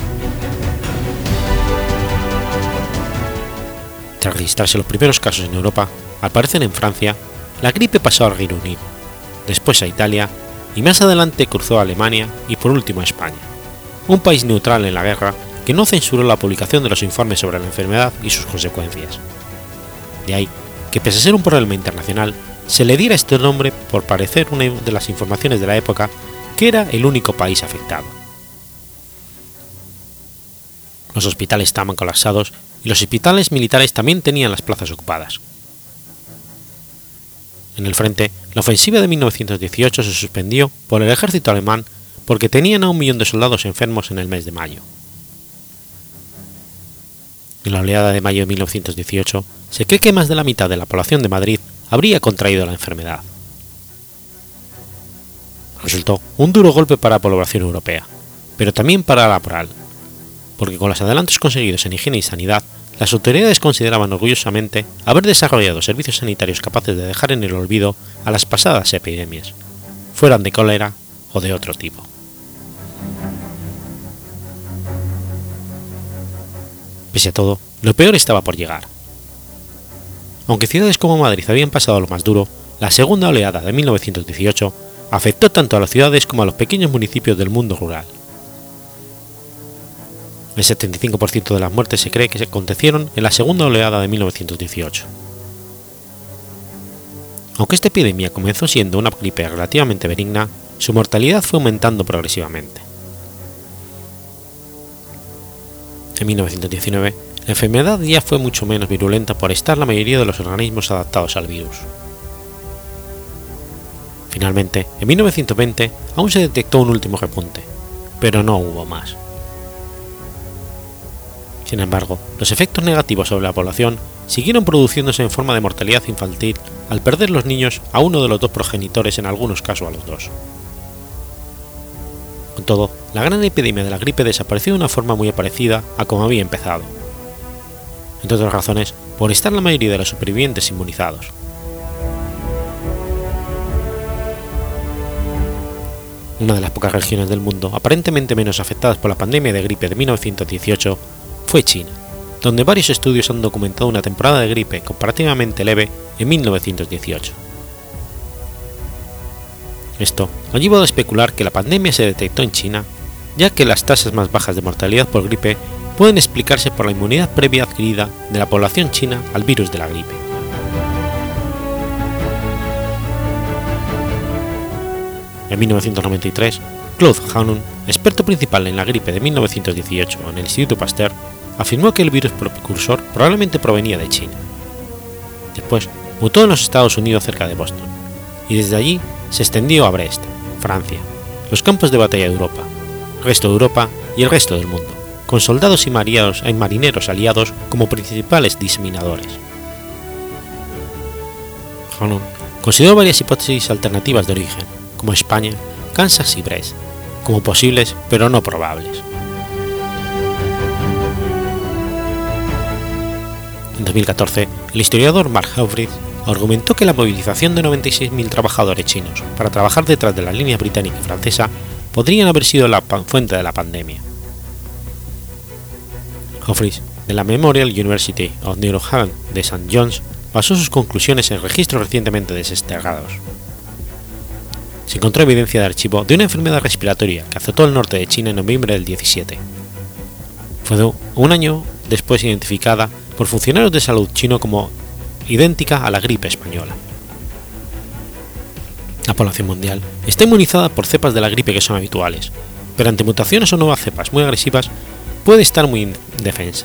Tras registrarse los primeros casos en Europa, al parecer en Francia, la gripe pasó al Reino Unido, después a Italia y más adelante cruzó a Alemania y por último a España, un país neutral en la guerra que no censuró la publicación de los informes sobre la enfermedad y sus consecuencias. De ahí que, pese a ser un problema internacional, se le diera este nombre por parecer una de las informaciones de la época que era el único país afectado. Los hospitales estaban colapsados y los hospitales militares también tenían las plazas ocupadas. En el frente, la ofensiva de mil novecientos dieciocho se suspendió por el ejército alemán porque tenían a un millón de soldados enfermos en el mes de mayo. En la oleada de mayo de mil novecientos dieciocho, se cree que más de la mitad de la población de Madrid habría contraído la enfermedad. Resultó un duro golpe para la población europea, pero también para la moral, porque con los adelantos conseguidos en higiene y sanidad, las autoridades consideraban orgullosamente haber desarrollado servicios sanitarios capaces de dejar en el olvido a las pasadas epidemias, fueran de cólera o de otro tipo. Pese a todo, lo peor estaba por llegar. Aunque ciudades como Madrid habían pasado lo más duro, la segunda oleada de mil novecientos dieciocho afectó tanto a las ciudades como a los pequeños municipios del mundo rural. El setenta y cinco por ciento de las muertes se cree que se acontecieron en la segunda oleada de mil novecientos dieciocho. Aunque esta epidemia comenzó siendo una gripe relativamente benigna, su mortalidad fue aumentando progresivamente. En mil novecientos diecinueve, la enfermedad ya fue mucho menos virulenta por estar la mayoría de los organismos adaptados al virus. Finalmente, en mil novecientos veinte aún se detectó un último repunte, pero no hubo más. Sin embargo, los efectos negativos sobre la población siguieron produciéndose en forma de mortalidad infantil al perder los niños a uno de los dos progenitores, en algunos casos a los dos. Con todo, la gran epidemia de la gripe desapareció de una forma muy parecida a como había empezado, entre otras razones por estar la mayoría de los supervivientes inmunizados. Una de las pocas regiones del mundo aparentemente menos afectadas por la pandemia de gripe de mil novecientos dieciocho fue China, donde varios estudios han documentado una temporada de gripe comparativamente leve en mil novecientos dieciocho. Esto ha llevado a especular que la pandemia se detectó en China, ya que las tasas más bajas de mortalidad por gripe pueden explicarse por la inmunidad previa adquirida de la población china al virus de la gripe. En mil novecientos noventa y tres, Claude Hannon, experto principal en la gripe de mil novecientos dieciocho en el Instituto Pasteur, afirmó que el virus precursor probablemente provenía de China. Después, mutó en los Estados Unidos cerca de Boston, y desde allí se extendió a Brest, Francia, los campos de batalla de Europa, el resto de Europa y el resto del mundo, con soldados y marineros, y marineros aliados como principales diseminadores. Hannon consideró varias hipótesis alternativas de origen, como España, Kansas y Brest, como posibles pero no probables. En dos mil catorce, el historiador Mark Helfrich argumentó que la movilización de noventa y seis mil trabajadores chinos para trabajar detrás de la línea británica y francesa podrían haber sido la fuente de la pandemia. Helfrich, de la Memorial University of New Haven de Saint John's, basó sus conclusiones en registros recientemente desterrados. Se encontró evidencia de archivo de una enfermedad respiratoria que azotó el norte de China en noviembre del diecisiete. Fue un año después identificada por funcionarios de salud chino como idéntica a la gripe española. La población mundial está inmunizada por cepas de la gripe que son habituales, pero ante mutaciones o nuevas cepas muy agresivas puede estar muy indefensa.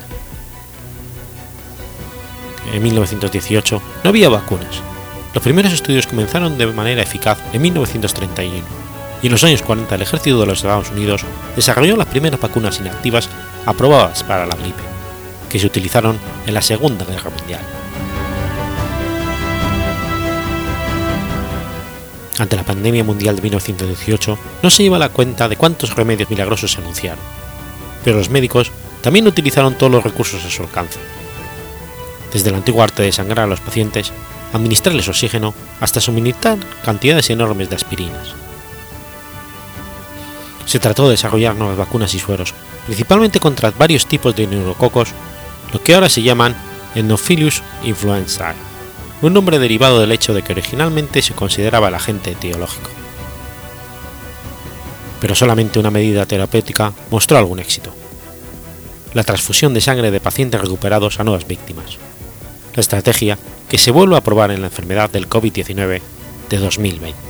En mil novecientos dieciocho no había vacunas. Los primeros estudios comenzaron de manera eficaz en mil novecientos treinta y uno, y en los años cuarenta el ejército de los Estados Unidos desarrolló las primeras vacunas inactivas aprobadas para la gripe, que se utilizaron en la Segunda Guerra Mundial. Ante la pandemia mundial de mil novecientos dieciocho no se lleva la cuenta de cuántos remedios milagrosos se anunciaron, pero los médicos también utilizaron todos los recursos a su alcance, desde el antiguo arte de sangrar a los pacientes, administrarles oxígeno, hasta suministrar cantidades enormes de aspirinas. Se trató de desarrollar nuevas vacunas y sueros, principalmente contra varios tipos de neurococos, lo que ahora se llaman Haemophilus influenzae, un nombre derivado del hecho de que originalmente se consideraba el agente etiológico. Pero solamente una medida terapéutica mostró algún éxito: la transfusión de sangre de pacientes recuperados a nuevas víctimas, la estrategia que se vuelve a probar en la enfermedad del COVID diecinueve de dos mil veinte.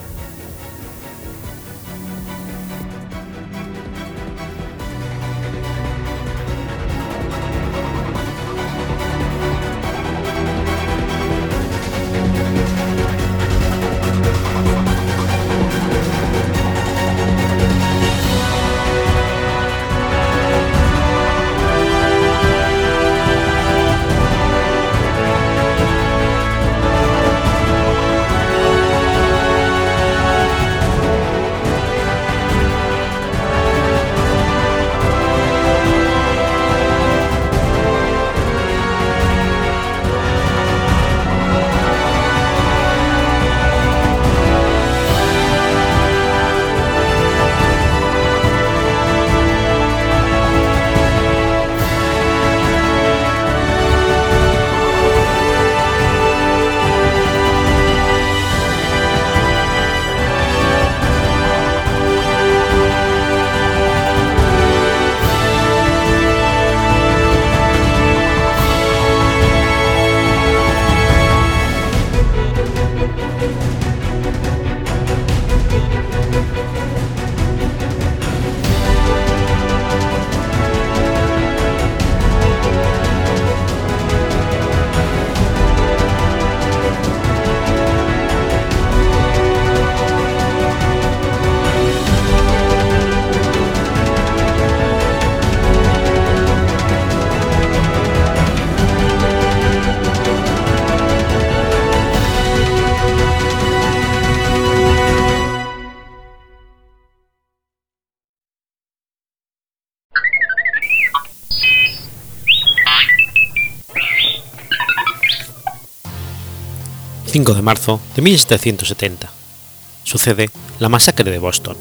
cinco de marzo de mil setecientos setenta. Sucede la masacre de Boston.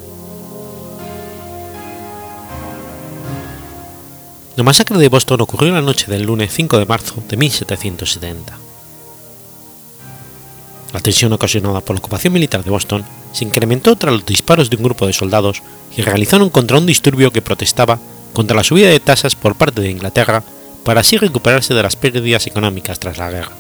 La masacre de Boston ocurrió la noche del lunes cinco de marzo de mil setecientos setenta. La tensión ocasionada por la ocupación militar de Boston se incrementó tras los disparos de un grupo de soldados que realizaron contra un disturbio que protestaba contra la subida de tasas por parte de Inglaterra para así recuperarse de las pérdidas económicas tras la guerra.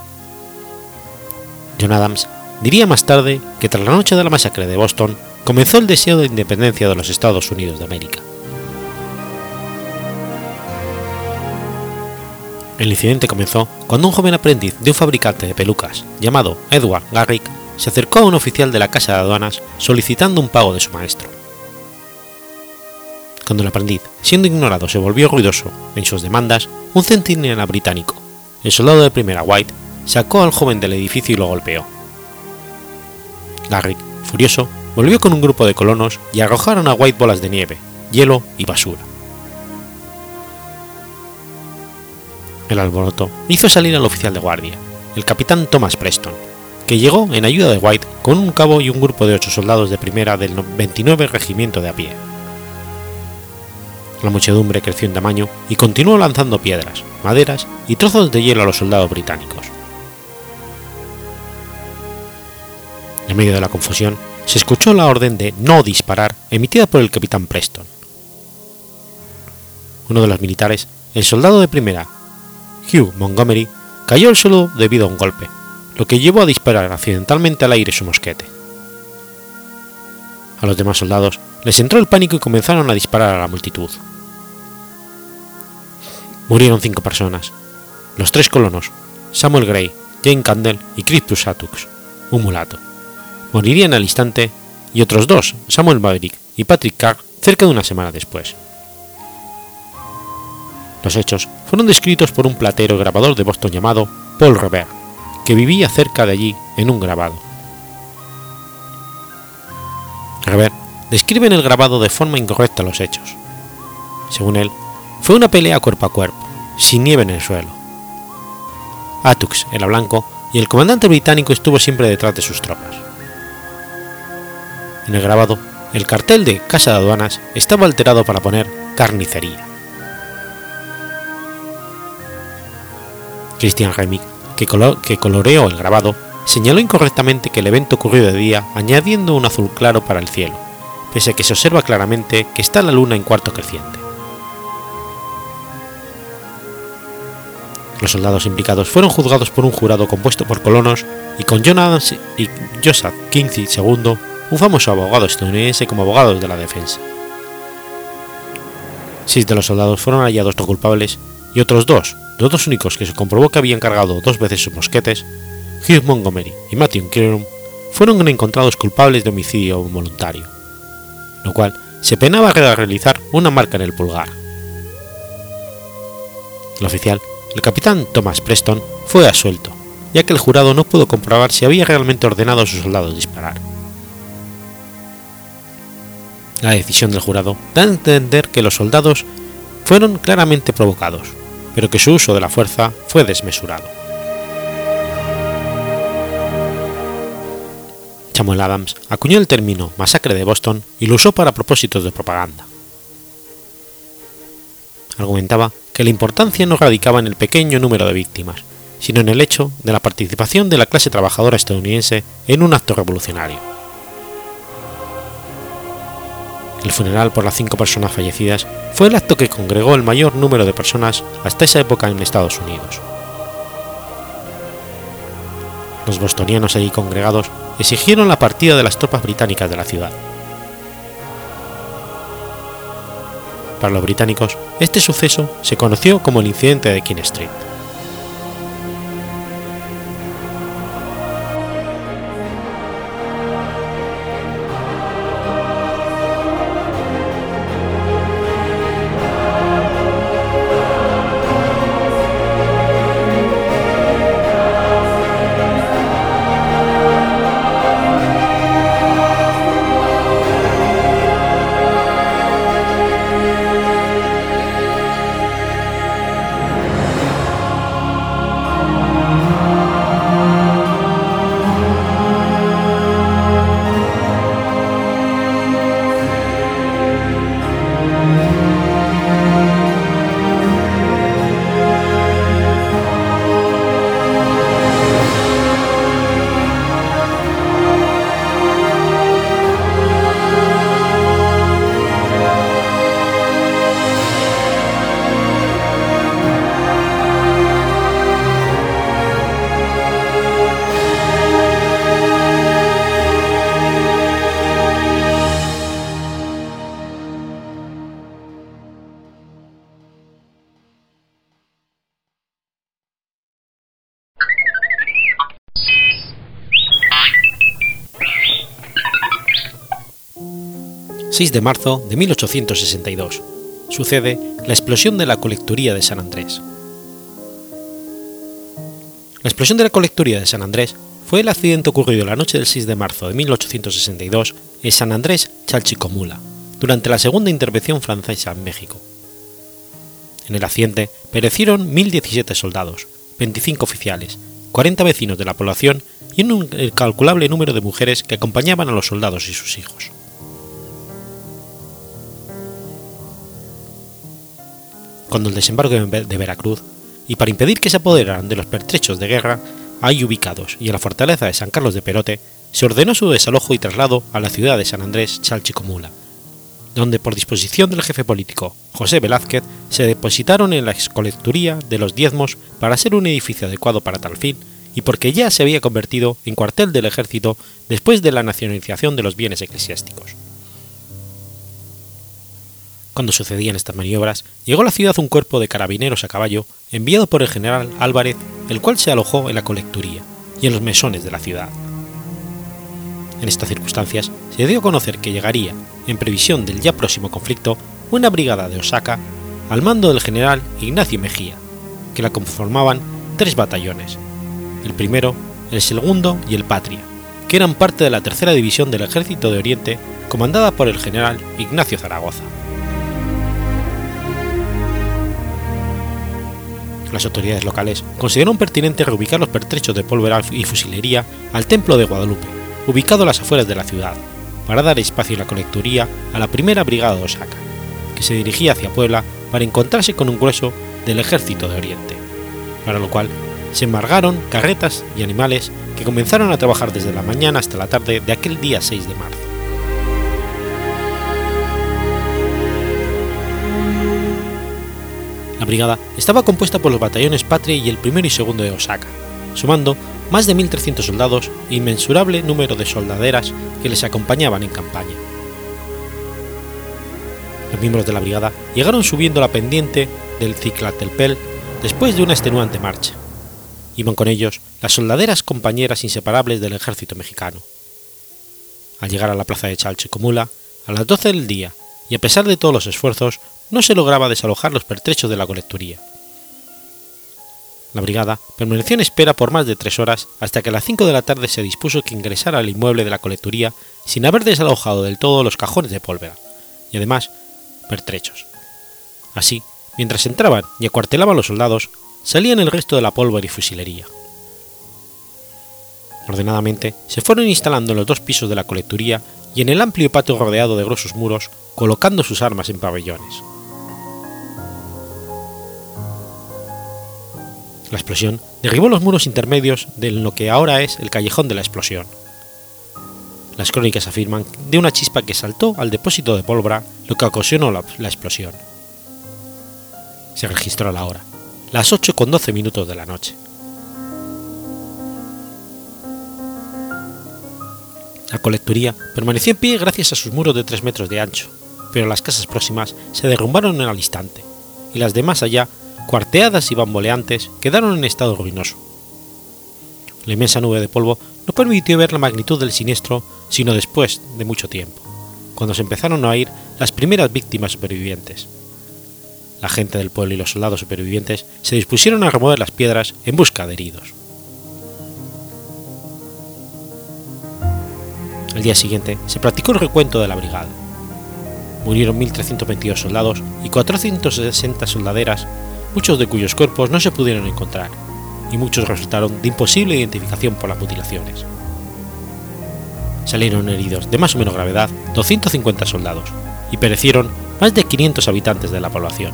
John Adams diría más tarde que tras la noche de la masacre de Boston comenzó el deseo de independencia de los Estados Unidos de América. El incidente comenzó cuando un joven aprendiz de un fabricante de pelucas llamado Edward Garrick se acercó a un oficial de la Casa de Aduanas solicitando un pago de su maestro. Cuando el aprendiz, siendo ignorado, se volvió ruidoso en sus demandas, un centinela británico, el soldado de primera White, sacó al joven del edificio y lo golpeó. Garrick, furioso, volvió con un grupo de colonos y arrojaron a White bolas de nieve, hielo y basura. El alboroto hizo salir al oficial de guardia, el capitán Thomas Preston, que llegó en ayuda de White con un cabo y un grupo de ocho soldados de primera del veintinueve Regimiento de a pie. La muchedumbre creció en tamaño y continuó lanzando piedras, maderas y trozos de hielo a los soldados británicos. En medio de la confusión, se escuchó la orden de no disparar emitida por el capitán Preston. Uno de los militares, el soldado de primera, Hugh Montgomery, cayó al suelo debido a un golpe, lo que llevó a disparar accidentalmente al aire su mosquete. A los demás soldados les entró el pánico y comenzaron a disparar a la multitud. Murieron cinco personas, los tres colonos, Samuel Gray, Jane Candle y Crispus Attucks, un mulato. Morirían al instante, y otros dos, Samuel Maverick y Patrick Carr, cerca de una semana después. Los hechos fueron descritos por un platero grabador de Boston llamado Paul Revere, que vivía cerca de allí en un grabado. Revere describe en el grabado de forma incorrecta los hechos. Según él, fue una pelea cuerpo a cuerpo, sin nieve en el suelo. Attucks era blanco y el comandante británico estuvo siempre detrás de sus tropas. En el grabado, el cartel de Casa de Aduanas estaba alterado para poner carnicería. Christian Remick, que, colo que coloreó el grabado, señaló incorrectamente que el evento ocurrió de día añadiendo un azul claro para el cielo, pese a que se observa claramente que está la luna en cuarto creciente. Los soldados implicados fueron juzgados por un jurado compuesto por colonos y con John Adams y Joseph Quincy segundo, un famoso abogado estadounidense, como abogados de la defensa. Seis de los soldados fueron hallados no culpables y otros dos, los dos únicos que se comprobó que habían cargado dos veces sus mosquetes, Hugh Montgomery y Matthew Kieran, fueron encontrados culpables de homicidio voluntario, lo cual se penaba realizar una marca en el pulgar. El oficial, el capitán Thomas Preston, fue absuelto, ya que el jurado no pudo comprobar si había realmente ordenado a sus soldados disparar. La decisión del jurado da a entender que los soldados fueron claramente provocados, pero que su uso de la fuerza fue desmesurado. Samuel Adams acuñó el término masacre de Boston y lo usó para propósitos de propaganda. Argumentaba que la importancia no radicaba en el pequeño número de víctimas, sino en el hecho de la participación de la clase trabajadora estadounidense en un acto revolucionario. El funeral por las cinco personas fallecidas fue el acto que congregó el mayor número de personas hasta esa época en Estados Unidos. Los bostonianos allí congregados exigieron la partida de las tropas británicas de la ciudad. Para los británicos, este suceso se conoció como el incidente de King Street. seis de marzo de mil ochocientos sesenta y dos. Sucede la explosión de la colecturía de San Andrés. La explosión de la colecturía de San Andrés fue el accidente ocurrido la noche del seis de marzo de mil ochocientos sesenta y dos en San Andrés Chalchicomula, durante la segunda intervención francesa en México. En el accidente perecieron mil diecisiete soldados, veinticinco oficiales, cuarenta vecinos de la población y un incalculable número de mujeres que acompañaban a los soldados y sus hijos. Cuando el desembarco de Veracruz, y para impedir que se apoderaran de los pertrechos de guerra ahí ubicados y a la fortaleza de San Carlos de Perote, se ordenó su desalojo y traslado a la ciudad de San Andrés Chalchicomula, donde por disposición del jefe político José Velázquez se depositaron en la excolecturía de los diezmos para ser un edificio adecuado para tal fin y porque ya se había convertido en cuartel del ejército después de la nacionalización de los bienes eclesiásticos. Cuando sucedían estas maniobras, llegó a la ciudad un cuerpo de carabineros a caballo enviado por el general Álvarez, el cual se alojó en la colecturía y en los mesones de la ciudad. En estas circunstancias se dio a conocer que llegaría, en previsión del ya próximo conflicto, una brigada de Osaka al mando del general Ignacio Mejía, que la conformaban tres batallones, el primero, el segundo y el Patria, que eran parte de la tercera división del Ejército de Oriente comandada por el general Ignacio Zaragoza. Las autoridades locales consideraron pertinente reubicar los pertrechos de pólvora y fusilería al Templo de Guadalupe, ubicado a las afueras de la ciudad, para dar espacio en la colecturía a la primera brigada de Osaka, que se dirigía hacia Puebla para encontrarse con un grueso del Ejército de Oriente, para lo cual se embargaron carretas y animales que comenzaron a trabajar desde la mañana hasta la tarde de aquel día seis de marzo. La brigada estaba compuesta por los batallones Patria y el primero y segundo de Osaka, sumando más de mil trescientos soldados e inmensurable número de soldaderas que les acompañaban en campaña. Los miembros de la brigada llegaron subiendo la pendiente del Ciclatelpel después de una extenuante marcha. Iban con ellos las soldaderas compañeras inseparables del ejército mexicano. Al llegar a la plaza de Chalchicomula, a las doce del día, y a pesar de todos los esfuerzos, no se lograba desalojar los pertrechos de la colecturía. La brigada permaneció en espera por más de tres horas hasta que a las cinco de la tarde se dispuso que ingresara al inmueble de la colecturía sin haber desalojado del todo los cajones de pólvora, y además pertrechos. Así, mientras entraban y acuartelaban los soldados, salían el resto de la pólvora y fusilería. Ordenadamente se fueron instalando en los dos pisos de la colecturía y en el amplio patio rodeado de gruesos muros, colocando sus armas en pabellones. La explosión derribó los muros intermedios de lo que ahora es el Callejón de la Explosión. Las crónicas afirman de una chispa que saltó al depósito de pólvora, lo que ocasionó la, la explosión. Se registró la hora, las ocho con doce minutos de la noche. La colecturía permaneció en pie gracias a sus muros de tres metros de ancho, pero las casas próximas se derrumbaron al instante, y las de más allá, cuarteadas y bamboleantes, quedaron en estado ruinoso. La inmensa nube de polvo no permitió ver la magnitud del siniestro sino después de mucho tiempo, cuando se empezaron a oír las primeras víctimas supervivientes. La gente del pueblo y los soldados supervivientes se dispusieron a remover las piedras en busca de heridos. Al día siguiente se practicó el recuento de la brigada. Murieron mil trescientos veintidós soldados y cuatrocientas sesenta soldaderas, muchos de cuyos cuerpos no se pudieron encontrar, y muchos resultaron de imposible identificación por las mutilaciones. Salieron heridos de más o menos gravedad doscientos cincuenta soldados, y perecieron más de quinientos habitantes de la población.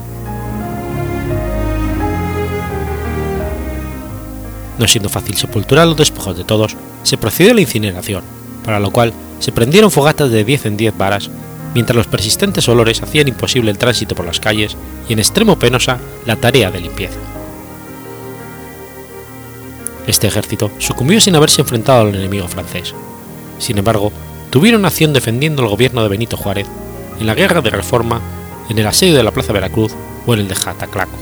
No siendo fácil sepulturar los despojos de todos, se procedió a la incineración, para lo cual se prendieron fogatas de diez en diez varas, mientras los persistentes olores hacían imposible el tránsito por las calles y en extremo penosa la tarea de limpieza. Este ejército sucumbió sin haberse enfrentado al enemigo francés. Sin embargo, tuvieron acción defendiendo el gobierno de Benito Juárez en la Guerra de Reforma, en el asedio de la Plaza Veracruz o en el de Jataclaco.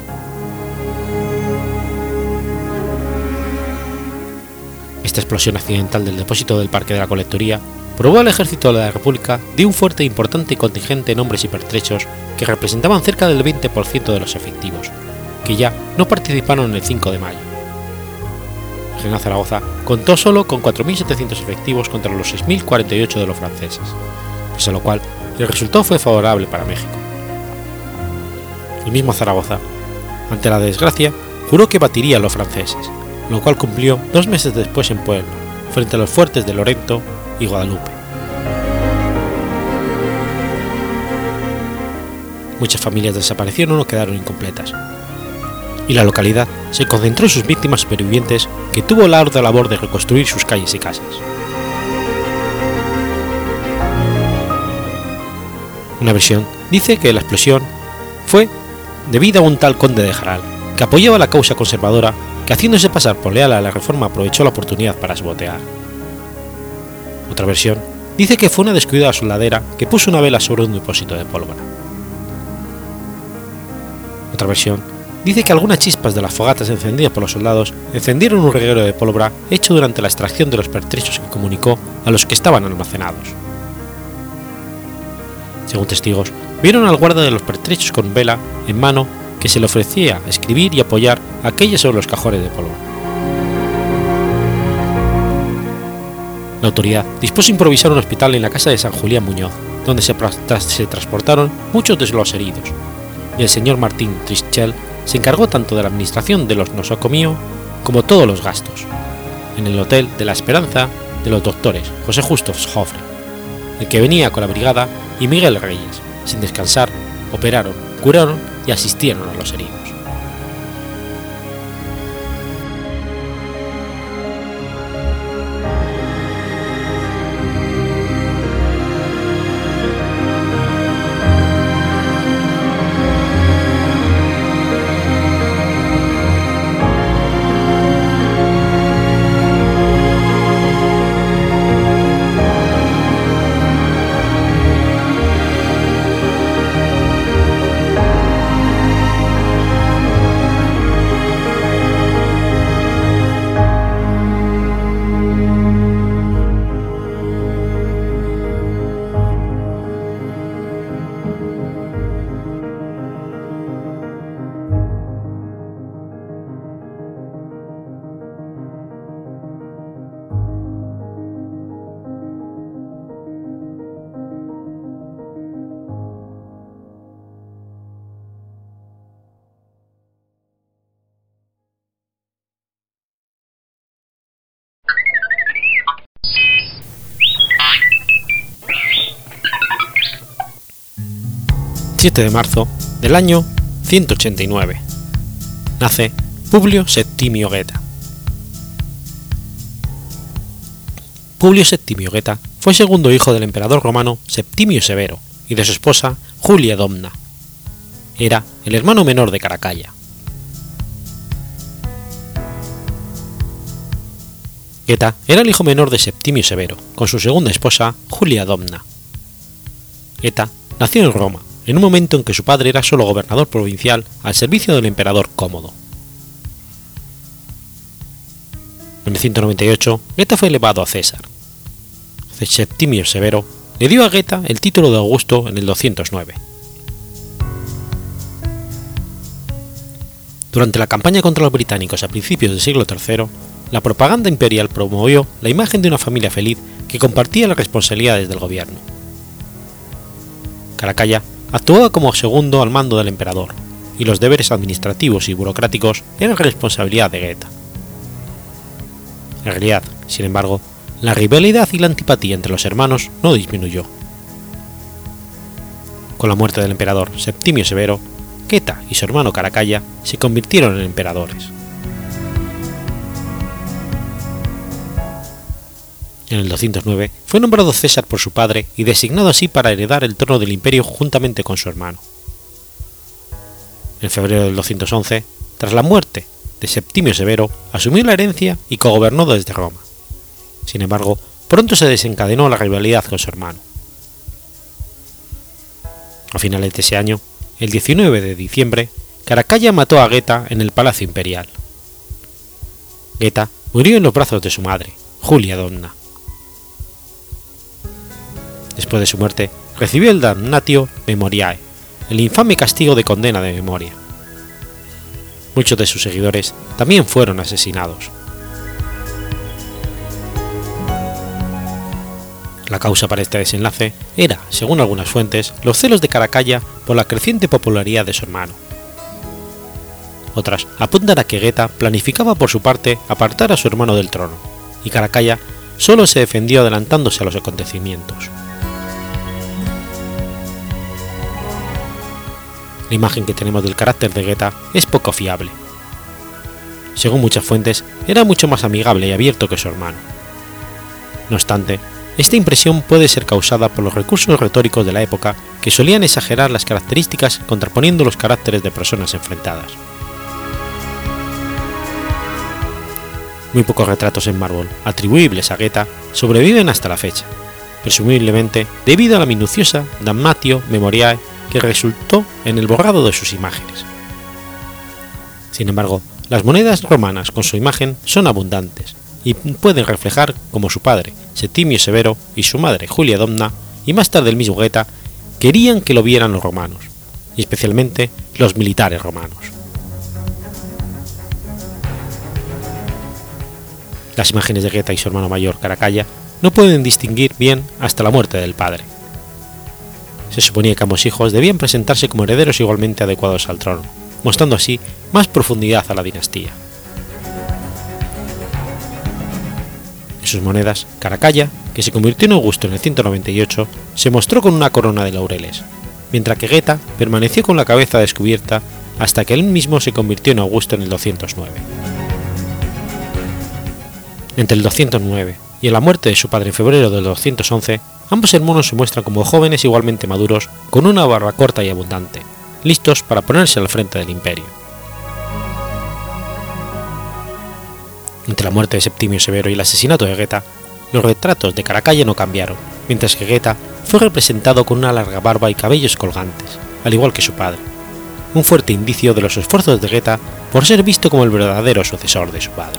Esta explosión accidental del depósito del Parque de la Colectoría probó al ejército de la República de un fuerte e importante contingente en hombres y pertrechos que representaban cerca del veinte por ciento de los efectivos, que ya no participaron en el cinco de mayo. El general Zaragoza contó solo con cuatro mil setecientos efectivos contra los seis mil cuarenta y ocho de los franceses, pese a lo cual el resultado fue favorable para México. El mismo Zaragoza, ante la desgracia, juró que batiría a los franceses, lo cual cumplió dos meses después en Puebla, frente a los fuertes de Lorento y Guadalupe. Muchas familias desaparecieron o quedaron incompletas, y la localidad se concentró en sus víctimas supervivientes, que tuvo la ardua labor de reconstruir sus calles y casas. Una versión dice que la explosión fue debida a un tal conde de Jaral, que apoyaba la causa conservadora, que haciéndose pasar por leal a la reforma aprovechó la oportunidad para sabotear. Otra versión dice que fue una descuidada soldadera que puso una vela sobre un depósito de pólvora. Otra versión dice que algunas chispas de las fogatas encendidas por los soldados encendieron un reguero de pólvora hecho durante la extracción de los pertrechos que comunicó a los que estaban almacenados. Según testigos, vieron al guarda de los pertrechos con vela en mano que se le ofrecía escribir y apoyar aquellas sobre los cajones de pólvora. La autoridad dispuso improvisar un hospital en la casa de San Julián Muñoz, donde se, se transportaron muchos de los heridos, y el señor Martín Trischel se encargó tanto de la administración de los nosocomios como todos los gastos, en el Hotel de la Esperanza de los doctores José Justo Joffre, el que venía con la brigada, y Miguel Reyes, sin descansar, operaron, curaron y asistieron a los heridos. siete de marzo del año ciento ochenta y nueve. Nace Publio Septimio Geta. Publio Septimio Geta fue segundo hijo del emperador romano Septimio Severo y de su esposa Julia Domna. Era el hermano menor de Caracalla. Geta era el hijo menor de Septimio Severo, con su segunda esposa Julia Domna. Geta nació en Roma, en un momento en que su padre era solo gobernador provincial al servicio del emperador Cómodo. En el ciento noventa y ocho, Geta fue elevado a César. Septimio Severo le dio a Geta el título de Augusto en el doscientos nueve. Durante la campaña contra los británicos a principios del siglo tercero, la propaganda imperial promovió la imagen de una familia feliz que compartía las responsabilidades del gobierno. Caracalla actuaba como segundo al mando del emperador, y los deberes administrativos y burocráticos eran responsabilidad de Geta. En realidad, sin embargo, la rivalidad y la antipatía entre los hermanos no disminuyó. Con la muerte del emperador Septimio Severo, Geta y su hermano Caracalla se convirtieron en emperadores. En el doscientos nueve fue nombrado César por su padre y designado así para heredar el trono del imperio juntamente con su hermano. En febrero del doscientos once, tras la muerte de Septimio Severo, asumió la herencia y cogobernó desde Roma. Sin embargo, pronto se desencadenó la rivalidad con su hermano. A finales de ese año, el diecinueve de diciembre, Caracalla mató a Geta en el Palacio Imperial. Geta murió en los brazos de su madre, Julia Domna. Después de su muerte, recibió el damnatio memoriae, el infame castigo de condena de memoria. Muchos de sus seguidores también fueron asesinados. La causa para este desenlace era, según algunas fuentes, los celos de Caracalla por la creciente popularidad de su hermano. Otras apuntan a que Geta planificaba por su parte apartar a su hermano del trono, y Caracalla solo se defendió adelantándose a los acontecimientos. La imagen que tenemos del carácter de Geta es poco fiable. Según muchas fuentes, era mucho más amigable y abierto que su hermano. No obstante, esta impresión puede ser causada por los recursos retóricos de la época que solían exagerar las características contraponiendo los caracteres de personas enfrentadas. Muy pocos retratos en mármol atribuibles a Goethe sobreviven hasta la fecha, presumiblemente debido a la minuciosa damnatio memoriae que resultó en el borrado de sus imágenes. Sin embargo, las monedas romanas con su imagen son abundantes y pueden reflejar cómo su padre, Septimio Severo, y su madre, Julia Domna, y más tarde el mismo Goethe, querían que lo vieran los romanos, y especialmente los militares romanos. Las imágenes de Goethe y su hermano mayor, Caracalla, no pueden distinguir bien hasta la muerte del padre. Se suponía que ambos hijos debían presentarse como herederos igualmente adecuados al trono, mostrando así más profundidad a la dinastía. En sus monedas, Caracalla, que se convirtió en Augusto en el ciento noventa y ocho, se mostró con una corona de laureles, mientras que Goethe permaneció con la cabeza descubierta hasta que él mismo se convirtió en Augusto en el doscientos nueve. Entre el doscientos nueve y la muerte de su padre en febrero del doscientos once, ambos hermanos se muestran como jóvenes igualmente maduros, con una barba corta y abundante, listos para ponerse al frente del imperio. Entre la muerte de Septimio Severo y el asesinato de Goethe, los retratos de Caracalla no cambiaron, mientras que Goethe fue representado con una larga barba y cabellos colgantes, al igual que su padre, un fuerte indicio de los esfuerzos de Goethe por ser visto como el verdadero sucesor de su padre.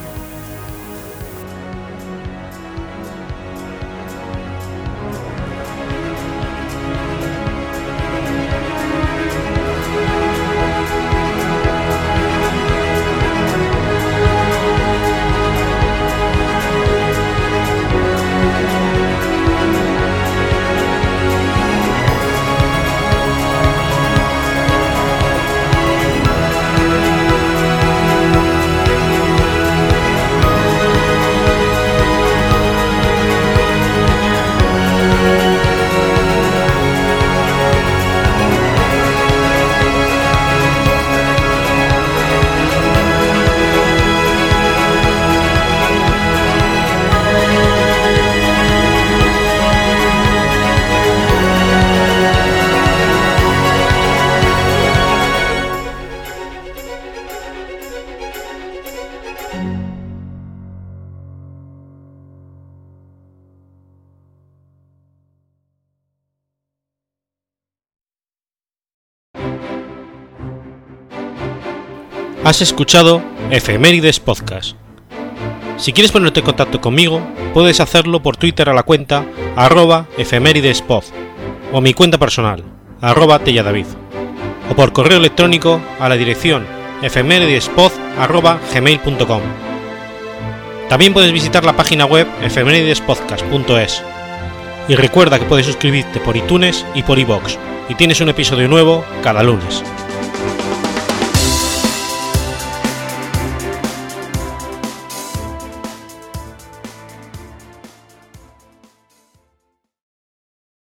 Has escuchado Efemérides Podcast. Si quieres ponerte en contacto conmigo, puedes hacerlo por Twitter a la cuenta arroba efemeridespod o a mi cuenta personal, arroba telladavid, o por correo electrónico a la dirección efemeridespod arroba gmail punto com. También puedes visitar la página web efemeridespodcast punto es. Y recuerda que puedes suscribirte por iTunes y por iVoox, y tienes un episodio nuevo cada lunes.